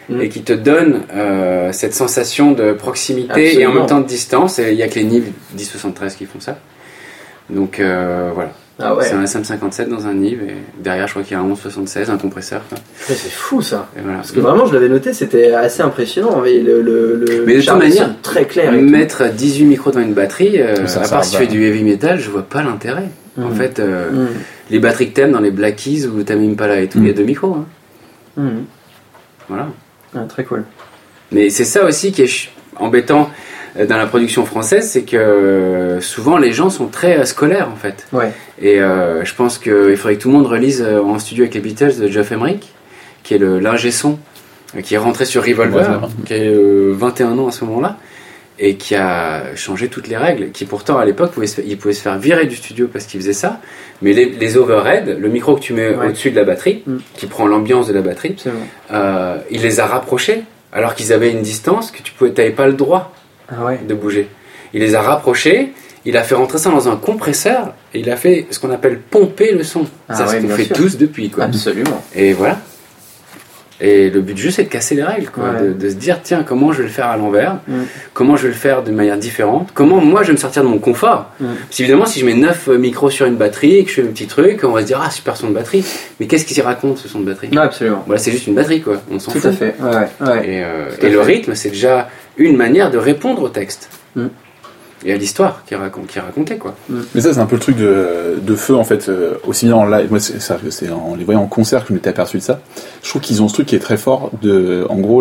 et qui te donne cette sensation de proximité. Absolument. Et en même temps de distance. Et il n'y a que les Neve 1073 qui font ça. Donc voilà. Ah ouais. C'est un SM57 dans un Neve et derrière je crois qu'il y a un 1176, un compresseur. Mais c'est fou ça. Voilà. Parce que vraiment je l'avais noté, c'était assez impressionnant. Mais de toute manière, très clair. Mettre 18 micros dans une batterie, à part si tu fais du heavy metal, je vois pas l'intérêt. En fait, les batteries que t'aimes dans les Black Keys ou Tame Impala et tout, il y a 2 micros. Hein. Voilà. Ah, très cool. Mais c'est ça aussi qui est embêtant dans la production française, c'est que souvent les gens sont très scolaires en fait. Ouais. Et je pense qu'il faudrait que tout le monde relise En studio avec les Beatles de Geoff Emerick, qui est l'ingé son, qui est rentré sur Revolver, qui a 21 ans à ce moment-là, et qui a changé toutes les règles, qui pourtant à l'époque il pouvait se faire virer du studio parce qu'il faisait ça, mais les overheads, le micro que tu mets au-dessus de la batterie, qui prend l'ambiance de la batterie, il les a rapprochés, alors qu'ils avaient une distance que tu n'avais pas le droit de bouger. Il les a rapprochés, il a fait rentrer ça dans un compresseur, et il a fait ce qu'on appelle pomper le son. C'est ce qu'on fait tous depuis. Quoi. Absolument. Et voilà. Et le but du jeu, c'est de casser les règles, quoi. De se dire, tiens, comment je vais le faire à l'envers, comment je vais le faire de manière différente, comment moi je vais me sortir de mon confort. Parce évidemment, si je mets 9 micros sur une batterie et que je fais un petit truc, on va se dire, ah, super son de batterie. Mais qu'est-ce qu'il raconte, ce son de batterie? Absolument. Voilà, c'est juste une batterie, quoi. On s'en fout. Tout à fait. Et le rythme, c'est déjà une manière de répondre au texte. Et à l'histoire qui est racontée, quoi. Mais ça, c'est un peu le truc de Feu, en fait, aussi bien en live. Moi, c'est en les voyant en concert que je m'étais aperçu de ça. Je trouve qu'ils ont ce truc qui est très fort en gros,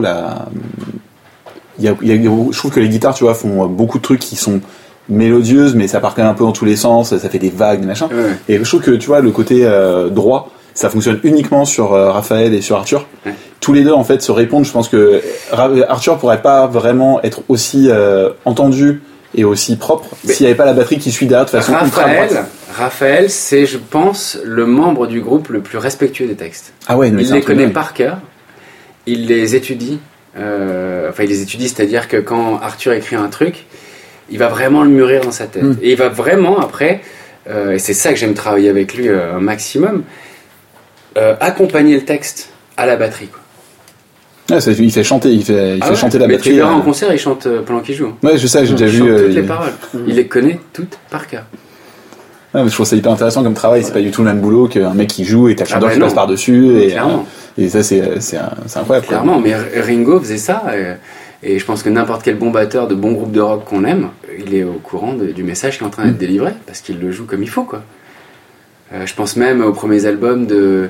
je trouve que les guitares, tu vois, font beaucoup de trucs qui sont mélodieuses, mais ça part quand même un peu dans tous les sens, ça fait des vagues, des machins. Et je trouve que, tu vois, le côté droit, ça fonctionne uniquement sur Raphaël et sur Arthur. Tous les deux, en fait, se répondent. Je pense que Arthur pourrait pas vraiment être aussi entendu et aussi propre s'il n'y avait pas la batterie qui suit derrière de façon ultra droite. Raphaël, c'est, je pense, le membre du groupe le plus respectueux des textes. Ah ouais, il les connaît par cœur, il les étudie. Il les étudie, c'est-à-dire que quand Arthur écrit un truc, il va vraiment le mûrir dans sa tête. Et il va vraiment, après, et c'est ça que j'aime travailler avec lui un maximum, accompagner le texte à la batterie, quoi. Il fait chanter, il fait chanter la batterie. Tu verras en concert, il chante pendant qu'il joue. Ouais, je sais, j'ai déjà vu. Toutes les paroles. Il les connaît toutes par cœur. Ouais, mais je trouve ça hyper intéressant comme travail. C'est pas du tout le même boulot qu'un mec qui joue et t'as le chanteur qui passe par-dessus. Et ça, c'est incroyable. Clairement, mais Ringo faisait ça. Et je pense que n'importe quel bon batteur de bon groupe de rock qu'on aime, il est au courant du message qui est en train d'être délivré, parce qu'il le joue comme il faut, quoi. Je pense même aux premiers albums de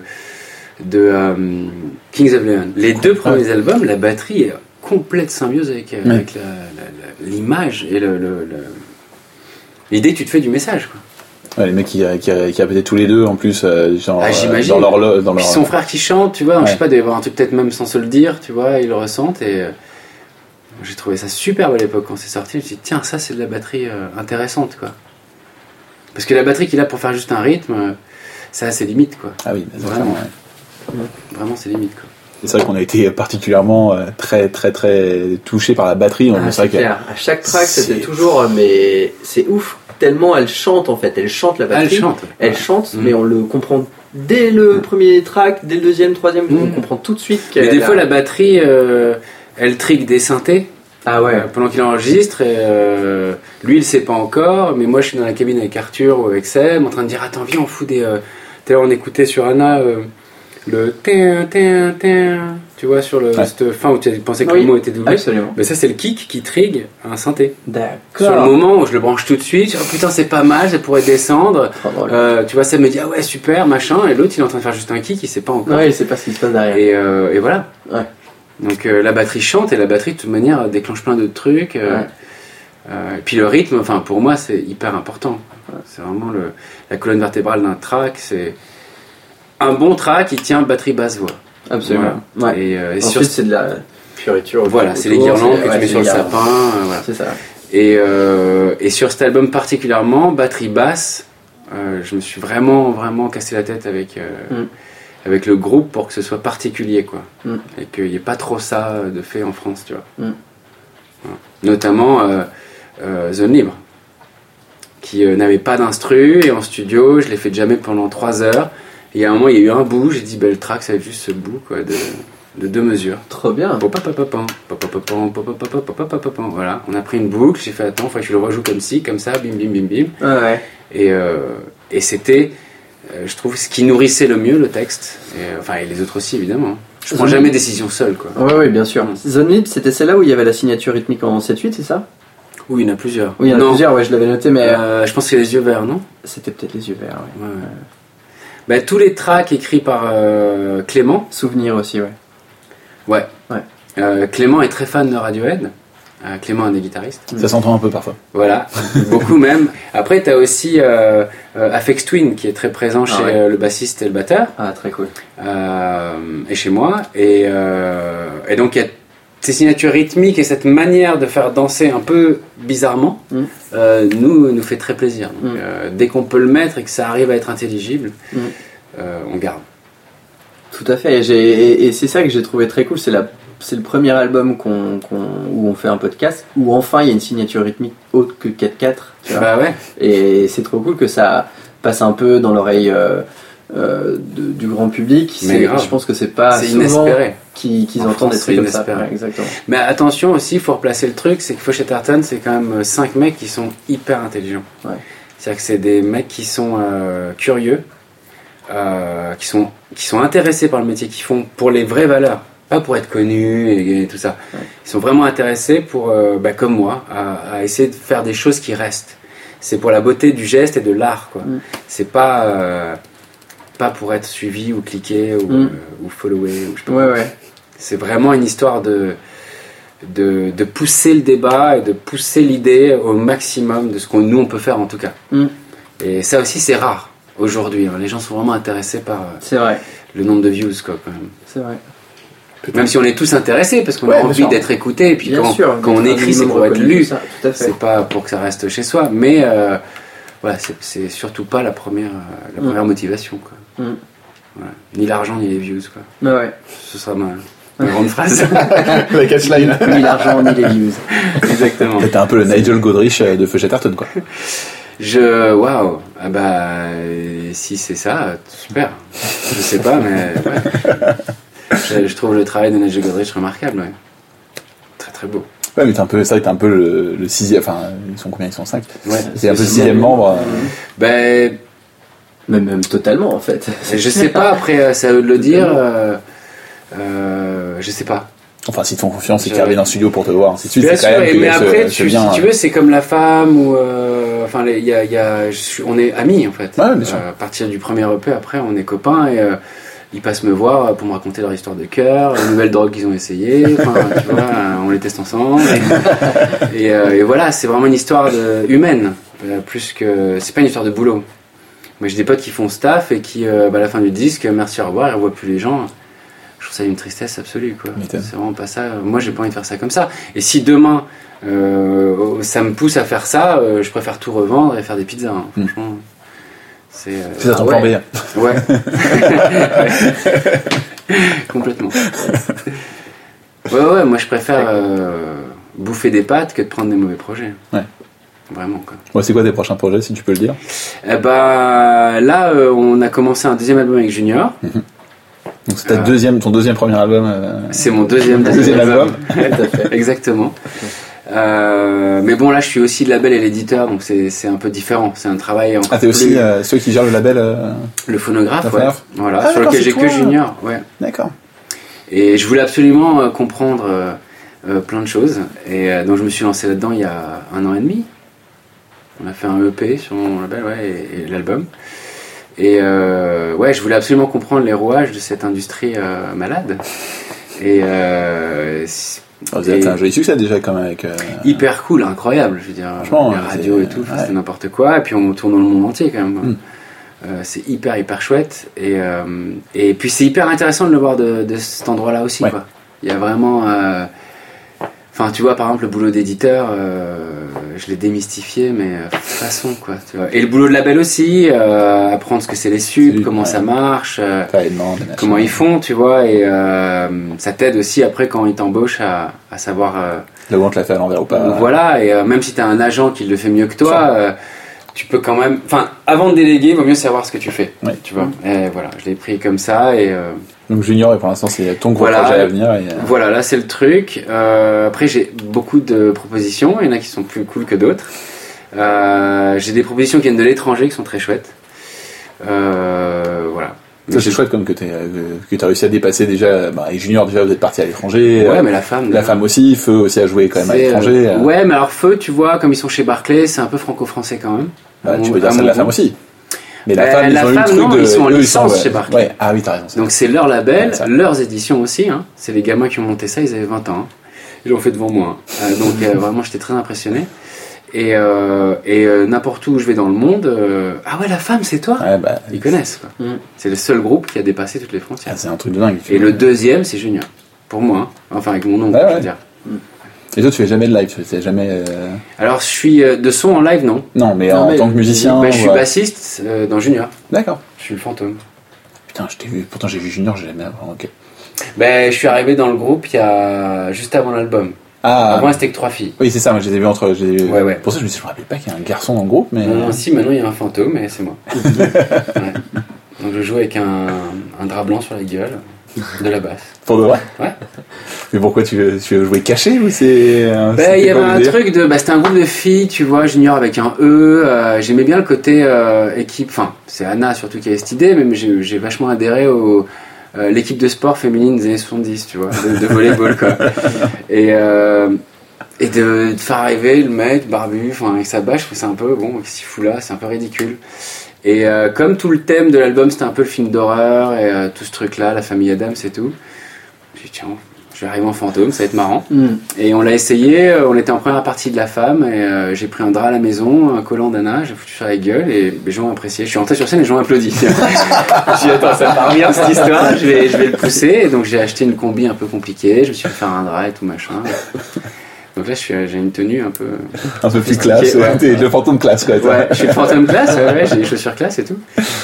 Kings of Leon. Les 2 premiers albums, la batterie est complète symbiose avec l'image et l'idée que tu te fais du message, quoi. Ouais, les mecs qui répétaient tous les deux en plus, genre j'imagine. dans leur. Puis son frère qui chante, tu vois, je sais pas, il doit y avoir un truc peut-être même sans se le dire, tu vois, ils le ressentent et j'ai trouvé ça superbe à l'époque quand c'est sorti. Je me suis dit, tiens, ça c'est de la batterie intéressante, quoi. Parce que la batterie qu'il a pour faire juste un rythme, ça a ses limites, quoi. Ah oui, vraiment. Vraiment, c'est limite, quoi. C'est vrai qu'on a été particulièrement très très très touché par la batterie. C'est clair. À chaque track, c'était toujours, mais c'est ouf. Tellement elle chante en fait, elle chante la batterie. Elle chante, mais on le comprend dès le premier track, dès le deuxième, troisième, on comprend tout de suite. Mais des fois, la batterie, elle trigue des synthés. Ah ouais. Pendant qu'il enregistre, et lui il sait pas encore, mais moi je suis dans la cabine avec Arthur ou avec Sam en train de dire attends, viens, on fout des. Tout à l'heure on écoutait sur Anna le tu vois, sur cette fin où tu pensais que le mot était doublé. Absolument. Mais ça c'est le kick qui trigue un synthé. D'accord. Sur le moment où je le branche tout de suite, oh putain c'est pas mal, ça pourrait descendre. Tu vois, ça me dit ah ouais super machin, et l'autre il est en train de faire juste un kick, il sait pas encore. Ouais, il sait pas ce qui se passe derrière. Et voilà. Ouais. Donc la batterie chante, et la batterie de toute manière déclenche plein de trucs. Et puis le rythme, enfin pour moi c'est hyper important. C'est vraiment la colonne vertébrale d'un track. C'est un bon track, il tient batterie basse voix. Absolument. Voilà. Et ensuite c'est de la fioriture. Voilà, c'est les guirlandes que tu mets sur le sapin. Voilà. C'est ça. Et sur cet album particulièrement, batterie basse, je me suis vraiment cassé la tête avec le groupe pour que ce soit particulier, quoi. Et qu'il n'y ait pas trop ça de fait en France, tu vois. Voilà. Notamment Zone Libre, qui n'avait pas d'instru, et en studio je l'ai fait jamais pendant 3 heures, et à un moment il y a eu un bout, j'ai dit le track ça va être juste ce bout, quoi, de 2 mesures. Trop bien. Voilà, on a pris une boucle, j'ai fait attends, faut que je le rejoue comme ci, comme ça, bim bim bim bim. Ouais. Et c'était, je trouve, ce qui nourrissait le mieux le texte. Et les autres aussi, évidemment. Je prends jamais décision seul, quoi. Oui, bien sûr. Zone Libre, c'était celle-là où il y avait la signature rythmique en 7/8, c'est ça? Oui, il y en a plusieurs. Oui, il y en a plusieurs, ouais, je l'avais noté, mais. Je pense que c'est Les Yeux Verts, non? C'était peut-être Les Yeux Verts, ouais. Bah, tous les tracks écrits par Clément. Souvenir aussi, ouais. Ouais. Clément est très fan de Radiohead. Clément, un des guitaristes. Ça s'entend un peu parfois. Voilà, beaucoup même. Après, tu as aussi Aphex Twin qui est très présent chez le bassiste et le batteur. Ah, très cool. Et chez moi. Et donc, il y a ces signatures rythmiques et cette manière de faire danser un peu bizarrement nous fait très plaisir. Donc, dès qu'on peut le mettre et que ça arrive à être intelligible, on garde. Tout à fait. Et c'est ça que j'ai trouvé très cool. C'est le premier album où on fait un podcast, où enfin il y a une signature rythmique autre que 4/4. Bah ouais. Et c'est trop cool que ça passe un peu dans l'oreille du grand public. Je pense que c'est pas souvent qu'ils entendent des trucs comme ça. Ouais, exactement. Mais attention aussi, il faut replacer le truc, c'est que Feu Chatterton, c'est quand même 5 mecs qui sont hyper intelligents. Ouais. C'est-à-dire que c'est des mecs qui sont curieux, qui sont intéressés par le métier qu'ils font pour les vraies valeurs. Pas pour être connus et tout ça. Ouais. Ils sont vraiment intéressés pour, comme moi, à essayer de faire des choses qui restent. C'est pour la beauté du geste et de l'art, quoi. C'est pas pour être suivi ou cliqué ou followé. Ou je sais pas. Ouais. C'est vraiment une histoire de pousser le débat et de pousser l'idée au maximum de ce qu'on nous on peut faire en tout cas. Et ça aussi c'est rare aujourd'hui. Les gens sont vraiment intéressés par le nombre de views, quoi, quand même. C'est vrai. Même si on est tous intéressés parce qu'on a envie d'être écouté et puis quand on écrit c'est pour être lu, c'est pas pour que ça reste chez soi, mais voilà, c'est surtout pas la première motivation, quoi. Voilà. Ni l'argent ni les views, quoi. Ouais. Ce sera ma grande phrase. La catchline. Ni l'argent ni les views. Exactement. T'es un peu le Nigel Godrich de Feu Chatterton, quoi. Waouh. Ah bah si c'est ça, super. Je sais pas, mais ouais. Je trouve le travail de Nigel Godrich remarquable, ouais. Très très beau. Ouais, mais c'est vrai que t'es un peu le sixième, enfin, ils sont combien? Ils sont 5. Ouais. C'est un peu le sixième membre. Ben. Même totalement, en fait. Je sais pas, après, c'est à eux de le dire. Je sais pas. Enfin, s'ils te font confiance et qu'ils reviennent dans le studio pour te voir, ainsi de suite, bien c'est quand même. Mais après, si tu veux, c'est comme la femme ou. Enfin, on est amis, en fait. Ouais, bien sûr. À partir du premier EP, après, on est copains et. Ils passent me voir pour me raconter leur histoire de cœur, les nouvelles drogues qu'ils ont essayées, enfin, tu vois, on les teste ensemble. Et voilà, c'est vraiment une histoire humaine, plus que... C'est pas une histoire de boulot. Moi j'ai des potes qui font staff et qui, à la fin du disque, merci, au revoir, ils revoient plus les gens. Je trouve ça une tristesse absolue, quoi. C'est vraiment pas ça. Moi j'ai pas envie de faire ça comme ça. Et si demain, ça me pousse à faire ça, je préfère tout revendre et faire des pizzas, hein, franchement. C'est ça ton plan B. Ouais. Complètement. Ouais, moi je préfère bouffer des pâtes que de prendre des mauvais projets. Ouais. Vraiment, quoi. Ouais, c'est quoi tes prochains projets, si tu peux le dire? Là, on a commencé un deuxième album avec Junior. Donc c'est ton deuxième premier album. C'est mon deuxième album. Exactement. Mais bon, là je suis aussi le label et l'éditeur, donc c'est un peu différent. C'est un travail encore t'es aussi ceux qui gèrent le label le phonographe, ouais. Voilà, sur lequel j'ai que Junior, ouais. D'accord. Et je voulais absolument comprendre plein de choses, et donc je me suis lancé là-dedans il y a 1 an et demi. On a fait un EP sur mon label, ouais, et l'album. Et je voulais absolument comprendre les rouages de cette industrie malade. Et vous avez fait un joli succès déjà quand même avec... Hyper cool, incroyable, je veux dire, les radios et tout, c'était n'importe quoi, et puis on tourne dans le monde entier quand même. C'est hyper chouette, et puis c'est hyper intéressant de le voir de cet endroit-là aussi, quoi. Il y a vraiment... Enfin, tu vois, par exemple, le boulot d'éditeur, je l'ai démystifié, mais façon, quoi. Tu vois. Et le boulot de label aussi, apprendre ce que c'est les subs, comment ça marche, comment ils font, tu vois. Et ça t'aide aussi après quand ils t'embauchent à savoir... Là où on te l'a fait à l'envers ou pas. Voilà, et même si t'as un agent qui le fait mieux que toi, tu peux quand même, enfin, avant de déléguer, il vaut mieux savoir ce que tu fais. Ouais. Tu vois. Et voilà, je l'ai pris comme ça et. Donc Junior, et pour l'instant, c'est ton gros Voilà, projet à venir. Voilà, là c'est le truc. Après, j'ai beaucoup de propositions. Il y en a qui sont plus cool que d'autres. J'ai des propositions qui viennent de l'étranger qui sont très chouettes. Voilà. Ça, c'est chouette comme que t'as réussi à dépasser déjà. Bah, et Junior, déjà, vous êtes parti à l'étranger. Ouais, mais la femme. La femme aussi, Feu aussi a joué quand même à l'étranger. Ouais, mais alors Feu, tu vois, comme ils sont chez Barclay, c'est un peu franco-français quand même. Bah, tu peux dire ça de la femme aussi. Mais la femme, ils ont eu le truc non, de. Ils sont en licence ouais. chez Barclay. Ouais. Ah oui, t'as raison. Donc c'est leur label, Ouais, leurs éditions aussi. Hein. C'est les gamins qui ont monté ça, ils avaient 20 ans. Hein. Ils l'ont fait devant moi. Hein. Donc vraiment, j'étais très impressionné. Et n'importe où je vais dans le monde, ah ouais, la femme, c'est toi. Ouais, bah, ils connaissent. Quoi. C'est le seul groupe qui a dépassé toutes les frontières. Ah, c'est un truc de dingue. Et le deuxième, c'est Junior. Pour moi. Hein. Enfin, avec mon nom, ouais, je veux dire. Et toi, tu fais jamais de live, tu fais jamais. Alors, je suis de son en live, non. Non, mais en tant que musicien. Je suis bassiste dans Junior. D'accord. Je suis le fantôme. Putain, je t'ai vu. Pourtant, j'ai vu Junior, j'ai jamais. Ok. Je suis arrivé dans le groupe il y a juste avant l'album. Ah. Avant, c'était que 3 filles. Oui, c'est ça. Moi, je les ai vus entre. Ouais. Pour ça, je me rappelais pas qu'il y a un garçon dans le groupe, mais. Non, si, maintenant il y a un fantôme, et c'est moi. Ouais. Donc, je joue avec un drap blanc sur la gueule. De la basse. Pour de vrai. Ouais. Mais pourquoi tu veux jouer caché ou c'est. Il y avait un truc de. C'était un groupe de filles, tu vois, Junior avec un E. J'aimais bien le côté équipe. Enfin, c'est Anna surtout qui avait cette idée, mais j'ai vachement adhéré au. L'équipe de sport féminine des années 70, tu vois, de volleyball, quoi. Et de faire arriver le mec barbu, avec sa bâche, je trouve ça un peu, bon, qu'est-ce qu'il fout là, c'est un peu ridicule. Et comme tout le thème de l'album, c'était un peu le film d'horreur et tout ce truc-là, la famille Adams et tout, j'ai dit, tiens, je vais arriver en fantôme, ça va être marrant. Et on l'a essayé, on était en première partie de la femme, et j'ai pris un drap à la maison, un collant d'Anna, j'ai foutu sur la gueule, et les gens ont apprécié. Je suis rentré sur scène et les gens ont applaudi. J'ai dit, attends, ça va revenir cette histoire, je vais le pousser. Et donc j'ai acheté une combi un peu compliquée, je me suis fait faire un drap et tout machin. Donc là, j'ai une tenue un peu plus classe, ouais. T'es le fantôme classe, quoi. Ouais, je suis le fantôme classe, ouais, j'ai des chaussures classe et tout.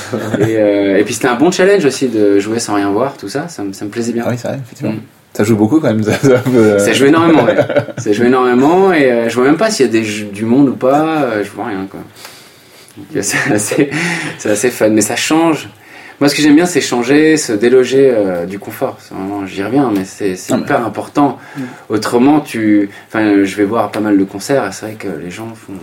Et puis c'était un bon challenge aussi de jouer sans rien voir, tout ça, ça me plaisait bien. Ah oui, c'est vrai, effectivement. Ça joue beaucoup quand même. Ça joue énormément, ouais. Ça joue énormément, et je vois même pas s'il y a du monde ou pas, je vois rien, quoi. Donc, c'est assez fun, mais ça change. Moi, ce que j'aime bien, c'est changer, se déloger du confort. Vraiment, j'y reviens, mais c'est hyper important. Autrement, je vais voir pas mal de concerts, et c'est vrai que les gens font.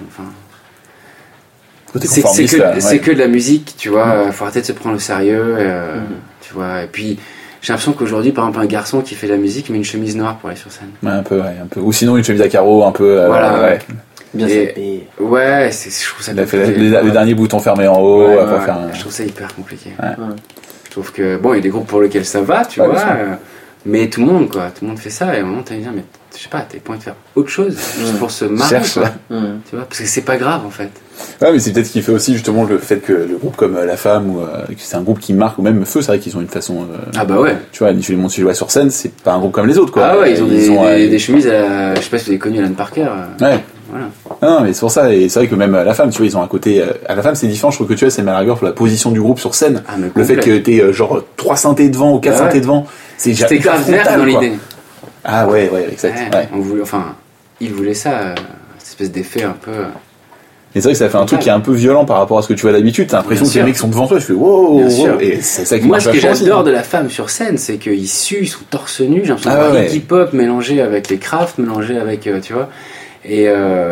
C'est que de la musique, tu vois. Faut arrêter de se prendre au sérieux, tu vois. Et puis, j'ai l'impression qu'aujourd'hui, par exemple, un garçon qui fait de la musique, il met une chemise noire pour aller sur scène. Ouais, un peu. Ou sinon une chemise à carreaux, un peu. Voilà. Ouais. Bien sapé. Ouais, je trouve ça compliqué. Il a fait les derniers boutons fermés en haut. Je trouve ça hyper compliqué. Ouais. Je trouve que, bon, il y a des groupes pour lesquels ça va, tu vois, mais tout le monde fait ça, et à un moment, t'as envie de dire, mais je sais pas, t'as pas envie de faire autre chose, juste pour se marrer, quoi. Tu vois, parce que c'est pas grave, en fait. Ouais, mais c'est peut-être ce qui fait aussi justement le fait que le groupe comme La Femme, ou que c'est un groupe qui marque, ou même Feu, c'est vrai qu'ils ont une façon. Ah bah ouais. Tu vois, tu les vois sur scène, c'est pas un groupe comme les autres, quoi. Ah ouais, ils ont des chemises à. Je sais pas si vous avez connu Alan Parker. Ouais. Voilà. Non, mais c'est pour ça, et c'est vrai que même à La Femme, tu vois, ils ont un côté. À La Femme, c'est différent, je trouve que tu vois, c'est mal à rigueur pour la position du groupe sur scène. Ah, mais le fait que t'aies genre 3 synthés devant ou 4 synthés devant, c'était grave vert dans l'idée. Ah ouais, exact. Ouais. Ils voulaient ça, cette espèce d'effet un peu. Et c'est vrai que ça fait un truc qui est un peu violent par rapport à ce que tu vois d'habitude. T'as l'impression que les mecs sont devant toi, tu fais wow, et c'est ça qui moi, marche. Ce que j'adore de La Femme sur scène, c'est qu'ils suent, ils sont torse nu. J'ai l'impression d'avoir hip-hop mélangé avec les crafts, mélangé avec, tu vois. Et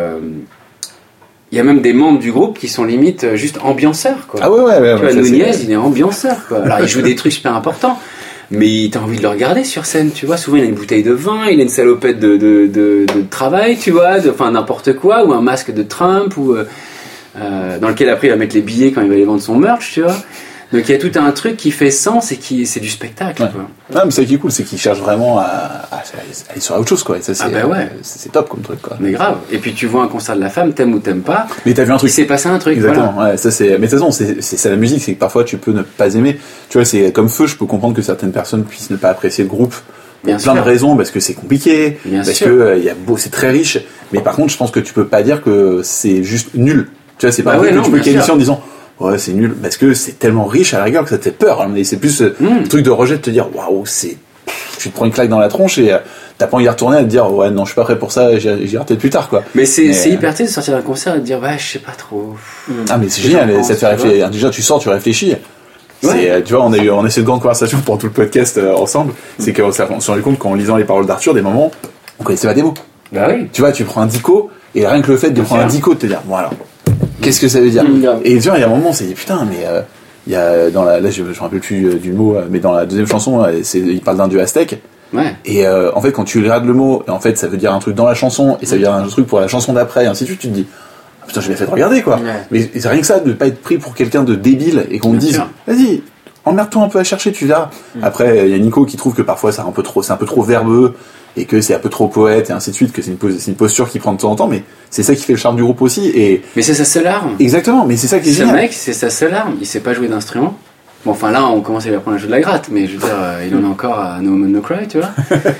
il y a même des membres du groupe qui sont limite juste ambianceurs, quoi. Ah ouais. Tu vois, Nunez, il est ambianceur, quoi. Alors, il joue des trucs super importants, mais t'as envie de le regarder sur scène, tu vois. Souvent, il a une bouteille de vin, il a une salopette de travail, tu vois, n'importe quoi, ou un masque de Trump, ou dans lequel après il va mettre les billets quand il va aller vendre son merch, tu vois. Donc il y a tout un truc qui fait sens et c'est du spectacle, quoi. Ah, mais c'est qui est cool, c'est qu'ils cherchent vraiment à aller sur autre chose, quoi. Et ça, c'est top comme truc, quoi. Mais grave. Et puis tu vois un concert de La Femme, t'aimes ou t'aimes pas. Mais t'as vu un truc. Il s'est passé un truc. Exactement. Voilà. Ouais, ça c'est. Mais de toute façon, c'est la musique, c'est que parfois tu peux ne pas aimer. Tu vois, c'est comme Feu, je peux comprendre que certaines personnes puissent ne pas apprécier le groupe. Pour plein de raisons, parce que c'est compliqué, parce que c'est très riche. Mais par contre, je pense que tu peux pas dire que c'est juste nul. Tu vois, c'est pas un truc que tu peux qualifier en disant. Ouais, c'est nul, parce que c'est tellement riche à la rigueur que ça te fait peur. Mais c'est plus le truc de rejet de te dire waouh, c'est tu te prends une claque dans la tronche et t'as pas envie de retourner à te dire ouais non je suis pas prêt pour ça, j'irai peut-être plus tard quoi. Mais c'est hyper triste de sortir d'un concert et de dire ouais je sais pas trop. Ah mais c'est génial, ça te fait réfléchir. Déjà tu sors, tu réfléchis. Ouais. Tu vois, on a eu cette grande conversation pendant tout le podcast ensemble. C'est qu'on s'est rendu compte qu'en lisant les paroles d'Arthur, des moments, on connaissait pas des mots. Bah oui. Tu vois, tu prends un dico et rien que le fait de prendre un dico, de te dire bon alors, qu'est-ce que ça veut dire Et tu vois, il y a un moment, on s'est dit putain, mais il y a dans là je me rappelle plus du mot, mais dans la deuxième chanson, il parle d'un dieu aztèque. Ouais. Et en fait, quand tu regardes le mot, en fait, ça veut dire un truc dans la chanson et ça veut dire un truc pour la chanson d'après, et ainsi de suite. Tu te dis putain, je l'ai fait de regarder quoi. Ouais. Mais c'est rien que ça, de pas être pris pour quelqu'un de débile et qu'on me dise vas-y, emmerde-toi un peu à chercher, tu verras. Après, il y a Nico qui trouve que parfois c'est un peu trop verbeux et que c'est un peu trop poète et ainsi de suite, que c'est une posture qui prend de temps en temps, mais c'est ça qui fait le charme du groupe aussi. Mais c'est sa seule arme. Exactement, mais c'est ça qui est génial. Ce mec, c'est sa seule arme. Il sait pas jouer d'instrument. Bon, enfin là, on commence à lui apprendre à jouer de la gratte, mais je veux dire, il en a encore à No Woman No Cry, tu vois.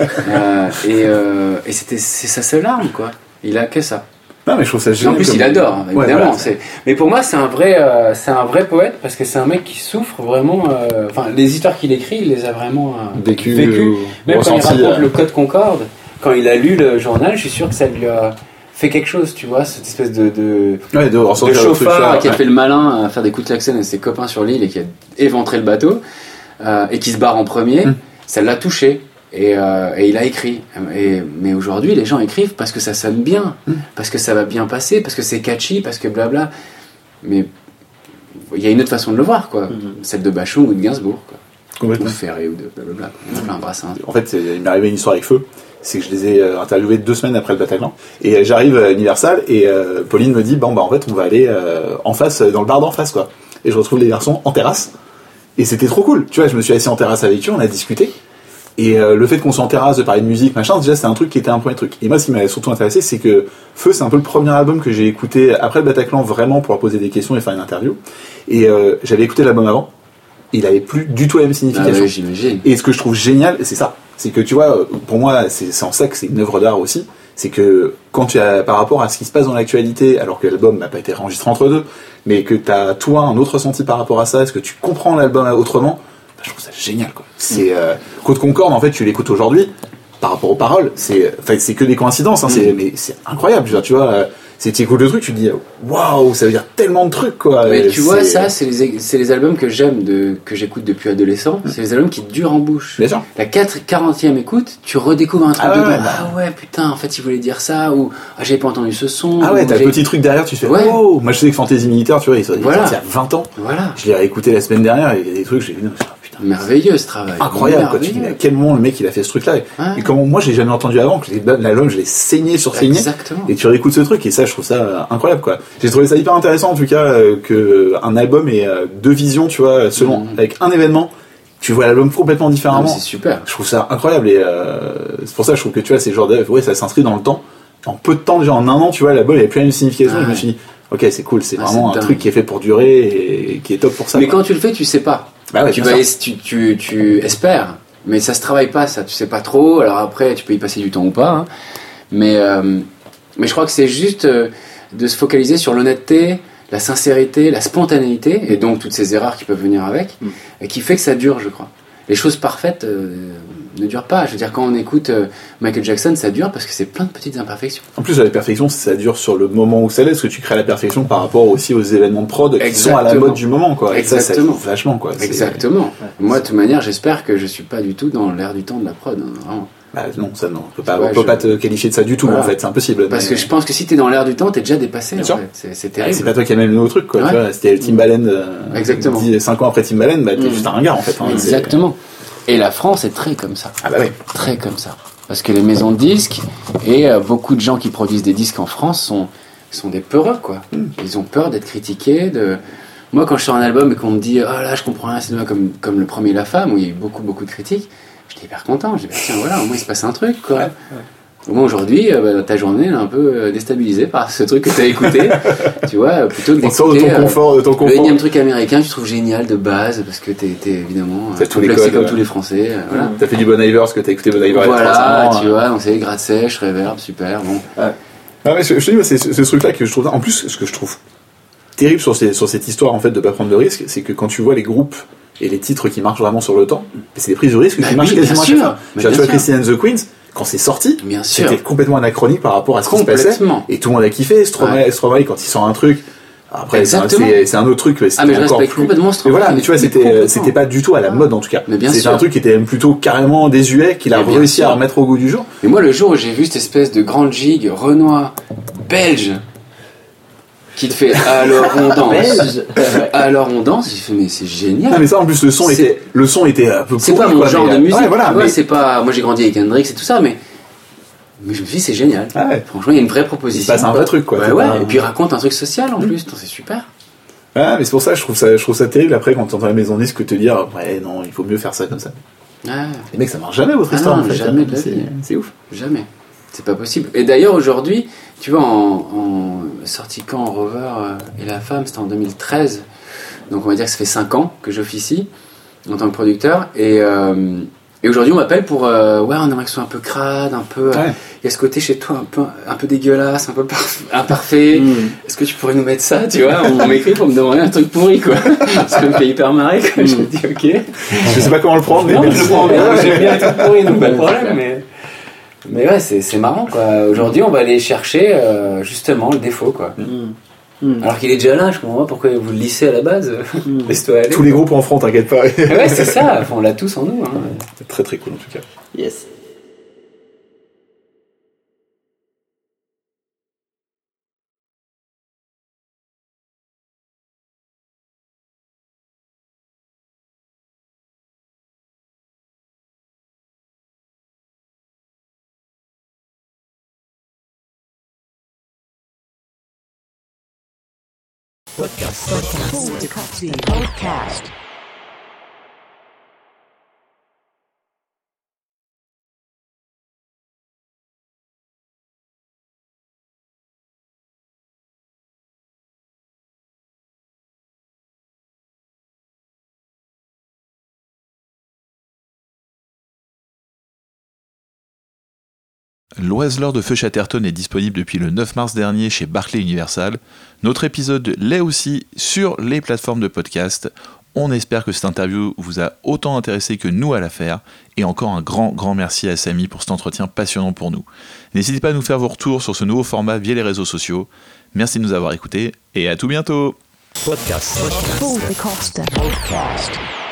Et c'est sa seule arme, quoi. Il a que ça. Non, mais je trouve ça génial. En plus, il adore, évidemment. Ouais, mais pour moi, c'est un vrai poète parce que c'est un mec qui souffre vraiment. Enfin, les histoires qu'il écrit, il les a vraiment vécues. Même quand il raconte le Code Concorde, quand il a lu le journal, je suis sûr que ça lui a fait quelque chose, tu vois, cette espèce de chauffard qui a fait le malin à faire des coups de klaxon à ses copains sur l'île et qui a éventré le bateau et qui se barre en premier. Ça l'a touché. Et il a écrit. Mais aujourd'hui, les gens écrivent parce que ça sonne bien, parce que ça va bien passer, parce que c'est catchy, parce que blabla. Mais il y a une autre façon de le voir, quoi. Celle de Bachung ou de Gainsbourg, quoi. Ou de Ferré ou de blablabla. Plein Brassens. En fait, il m'est arrivé une histoire avec Feu. C'est que je les ai interviewés 2 semaines après le Bataclan. Et j'arrive à Universal et Pauline me dit bon bah en fait on va aller en face, dans le bar d'en face, quoi. Et je retrouve les garçons en terrasse. Et c'était trop cool. Tu vois, je me suis assis en terrasse avec eux, on a discuté. Et le fait qu'on soit en terrasse, de parler de musique, machin, déjà c'était un truc qui était un premier truc. Et moi, ce qui m'avait surtout intéressé, c'est que Feu, c'est un peu le premier album que j'ai écouté après le Bataclan, vraiment pour leur poser des questions et faire une interview. Et j'avais écouté l'album avant, il avait plus du tout la même signification. Ah oui, j'imagine. Et ce que je trouve génial, c'est ça. C'est que tu vois, pour moi, c'est en ça que c'est une œuvre d'art aussi. C'est que quand tu as, par rapport à ce qui se passe dans l'actualité, alors que l'album n'a pas été enregistré entre deux, mais que tu as toi un autre ressenti par rapport à ça, est-ce que tu comprends l'album autrement, je trouve ça génial, quoi. C'est Code Concorde, en fait, tu l'écoutes aujourd'hui par rapport aux paroles, c'est que des coïncidences, hein, mais c'est incroyable, tu vois. Tu écoutes le truc, tu te dis waouh, ça veut dire tellement de trucs, quoi. Mais tu vois, ça, c'est les albums que j'aime, que j'écoute depuis adolescent. C'est les albums qui durent en bouche. Bien sûr. La 40e écoute, tu redécouvres un truc dedans. Ah ouais, putain, en fait, il voulait dire ça, ou j'avais pas entendu ce son. Ah ouais, t'as le petit truc derrière, tu fais wow. Moi, je sais que Fantasy Militaire, tu vois, il est sorti il y a 20 ans. Voilà. Je l'ai réécouté la semaine dernière, et il y a des trucs, j'ai vu, merveilleux ce travail. Incroyable, quoi. Tu dis, à quel moment le mec il a fait ce truc là et comment moi j'ai jamais entendu avant, que l'album je l'ai saigné sur saigné. Exactement. Et tu réécoutes ce truc et ça je trouve ça incroyable, quoi. J'ai trouvé ça hyper intéressant en tout cas que un album ait 2 visions, tu vois, selon avec un événement tu vois l'album complètement différemment. C'est super. Je trouve ça incroyable et c'est pour ça que je trouve que tu vois c'est genre ça s'inscrit dans le temps. En peu de temps, déjà en 1 an, tu vois, l'album il avait plus la même signification. Je me suis dit ok, c'est cool, c'est vraiment un truc qui est fait pour durer et qui est top pour ça. Mais quand tu le fais, tu sais pas. Bah ouais, tu espères, mais ça se travaille pas, ça, tu sais pas trop. Alors après, tu peux y passer du temps ou pas, hein. Mais je crois que c'est juste de se focaliser sur l'honnêteté, la sincérité, la spontanéité, et donc toutes ces erreurs qui peuvent venir avec, et qui fait que ça dure, je crois. Les choses parfaites ne durent pas. Je veux dire, quand on écoute Michael Jackson, ça dure parce que c'est plein de petites imperfections. En plus, la perfection, ça dure sur le moment où ça l'est, parce que tu crées la perfection par rapport aussi aux événements de prod qui sont à la mode du moment, quoi. Exactement. Et ça joue vachement, quoi. Exactement. Moi, de toute manière, j'espère que je suis pas du tout dans l'air du temps de la prod, hein, vraiment. Bah non, ça non. On peut pas te qualifier de ça du tout, en fait, c'est impossible. Parce que je pense que si t'es dans l'air du temps, t'es déjà dépassé, en fait. C'est terrible. C'est pas toi qui as même le nouveau truc, quoi. Tu vois, c'était le Timbaland. Exactement. 5 ans après Timbaland, bah t'es juste un ringard, en fait. Hein, exactement. Et la France est très comme ça. Ah bah oui. Très comme ça. Parce que les maisons de disques et beaucoup de gens qui produisent des disques en France sont des peureux, quoi. Ils ont peur d'être critiqués. Moi, quand je sors un album et qu'on me dit « Ah là, je comprends rien, c'est comme le premier La Femme, où il y a eu beaucoup, beaucoup de critiques », j'étais hyper content. Je dis « Tiens, voilà, au moins il se passe un truc, quoi. » Au moins aujourd'hui, ta journée est un peu déstabilisée par ce truc que tu as écouté, tu vois, plutôt que d'écouter de ton confort. Le énième truc américain que tu trouves génial de base, parce que t'es évidemment complexé comme tous les Français. Voilà. T'as fait du Bon Iver, parce que t'as écouté Bon Iver. Voilà, tu vois, donc c'est gratte sèche, reverb, super, bon. Ah mais je te dis, c'est ce truc-là que je trouve. En plus, ce que je trouve terrible sur cette histoire en fait de pas prendre de risque, c'est que quand tu vois les groupes et les titres qui marchent vraiment sur le temps, c'est des prises de risque qui marchent quasiment à chaque fois. Tu vois Christine and the Queens, quand c'est sorti, c'était complètement anachronique par rapport à ce qui se passait, et tout le monde a kiffé. Stromae quand il sort un truc, après c'est un autre truc, mais je respecte complètement Stromae. Mais voilà, mais tu vois, c'était pas du tout à la mode en tout cas. C'était un truc qui était même plutôt carrément désuet, qu'il a réussi à remettre au goût du jour. Mais moi, le jour où j'ai vu cette espèce de grande gigue Renoir belge qui te fait alors on danse, alors on danse, j'ai fait mais c'est génial. Non mais ça en plus le son était un peu pourri. C'est pas mon genre de musique. Voilà, mais c'est pas. Moi j'ai grandi avec Hendrix et tout ça, mais je me suis dit c'est génial. Ah ouais. Franchement il y a une vraie proposition. Il se passe un vrai truc quoi. Ouais. Et puis il raconte un truc social en plus, c'est super. Ah mais c'est pour ça je trouve ça terrible après quand t'entends la maison de disque te dire ouais non il faut mieux faire ça comme ça. Les mecs ça marche jamais votre histoire. Non, en fait, jamais de la vie. C'est ouf. Jamais. C'est pas possible. Et d'ailleurs aujourd'hui, tu vois, en sorti quand Rover et la femme, c'était en 2013. Donc on va dire que ça fait 5 ans que j'officie en tant que producteur. Et aujourd'hui on m'appelle pour ouais on aimerait que ce soit un peu crade, un peu. Il y a ce côté chez toi un peu dégueulasse, un peu imparfait. Est-ce que tu pourrais nous mettre ça, tu vois? On m'écrit pour me demander un truc pourri quoi. Ça me fait hyper marrer quoi. Je me dis ok. Je sais pas comment le prendre, mais non, je le prends bien. J'aime bien les trucs pourris donc pas de problème. Mais ouais, c'est marrant quoi. Aujourd'hui, on va aller chercher justement le défaut quoi. Alors qu'il est déjà là, je comprends pas pourquoi vous le lissez à la base. Laisse-toi aller. Tous les groupes en front, t'inquiète pas. Ouais, c'est ça. On l'a tous en nous. Hein. C'est très très cool en tout cas. Yes. Podcast. L'Oiseleur de Feu Chatterton est disponible depuis le 9 mars dernier chez Barclay Universal. Notre épisode l'est aussi sur les plateformes de podcast. On espère que cette interview vous a autant intéressé que nous à la faire. Et encore un grand merci à Samy pour cet entretien passionnant pour nous. N'hésitez pas à nous faire vos retours sur ce nouveau format via les réseaux sociaux. Merci de nous avoir écoutés et à tout bientôt. Podcast.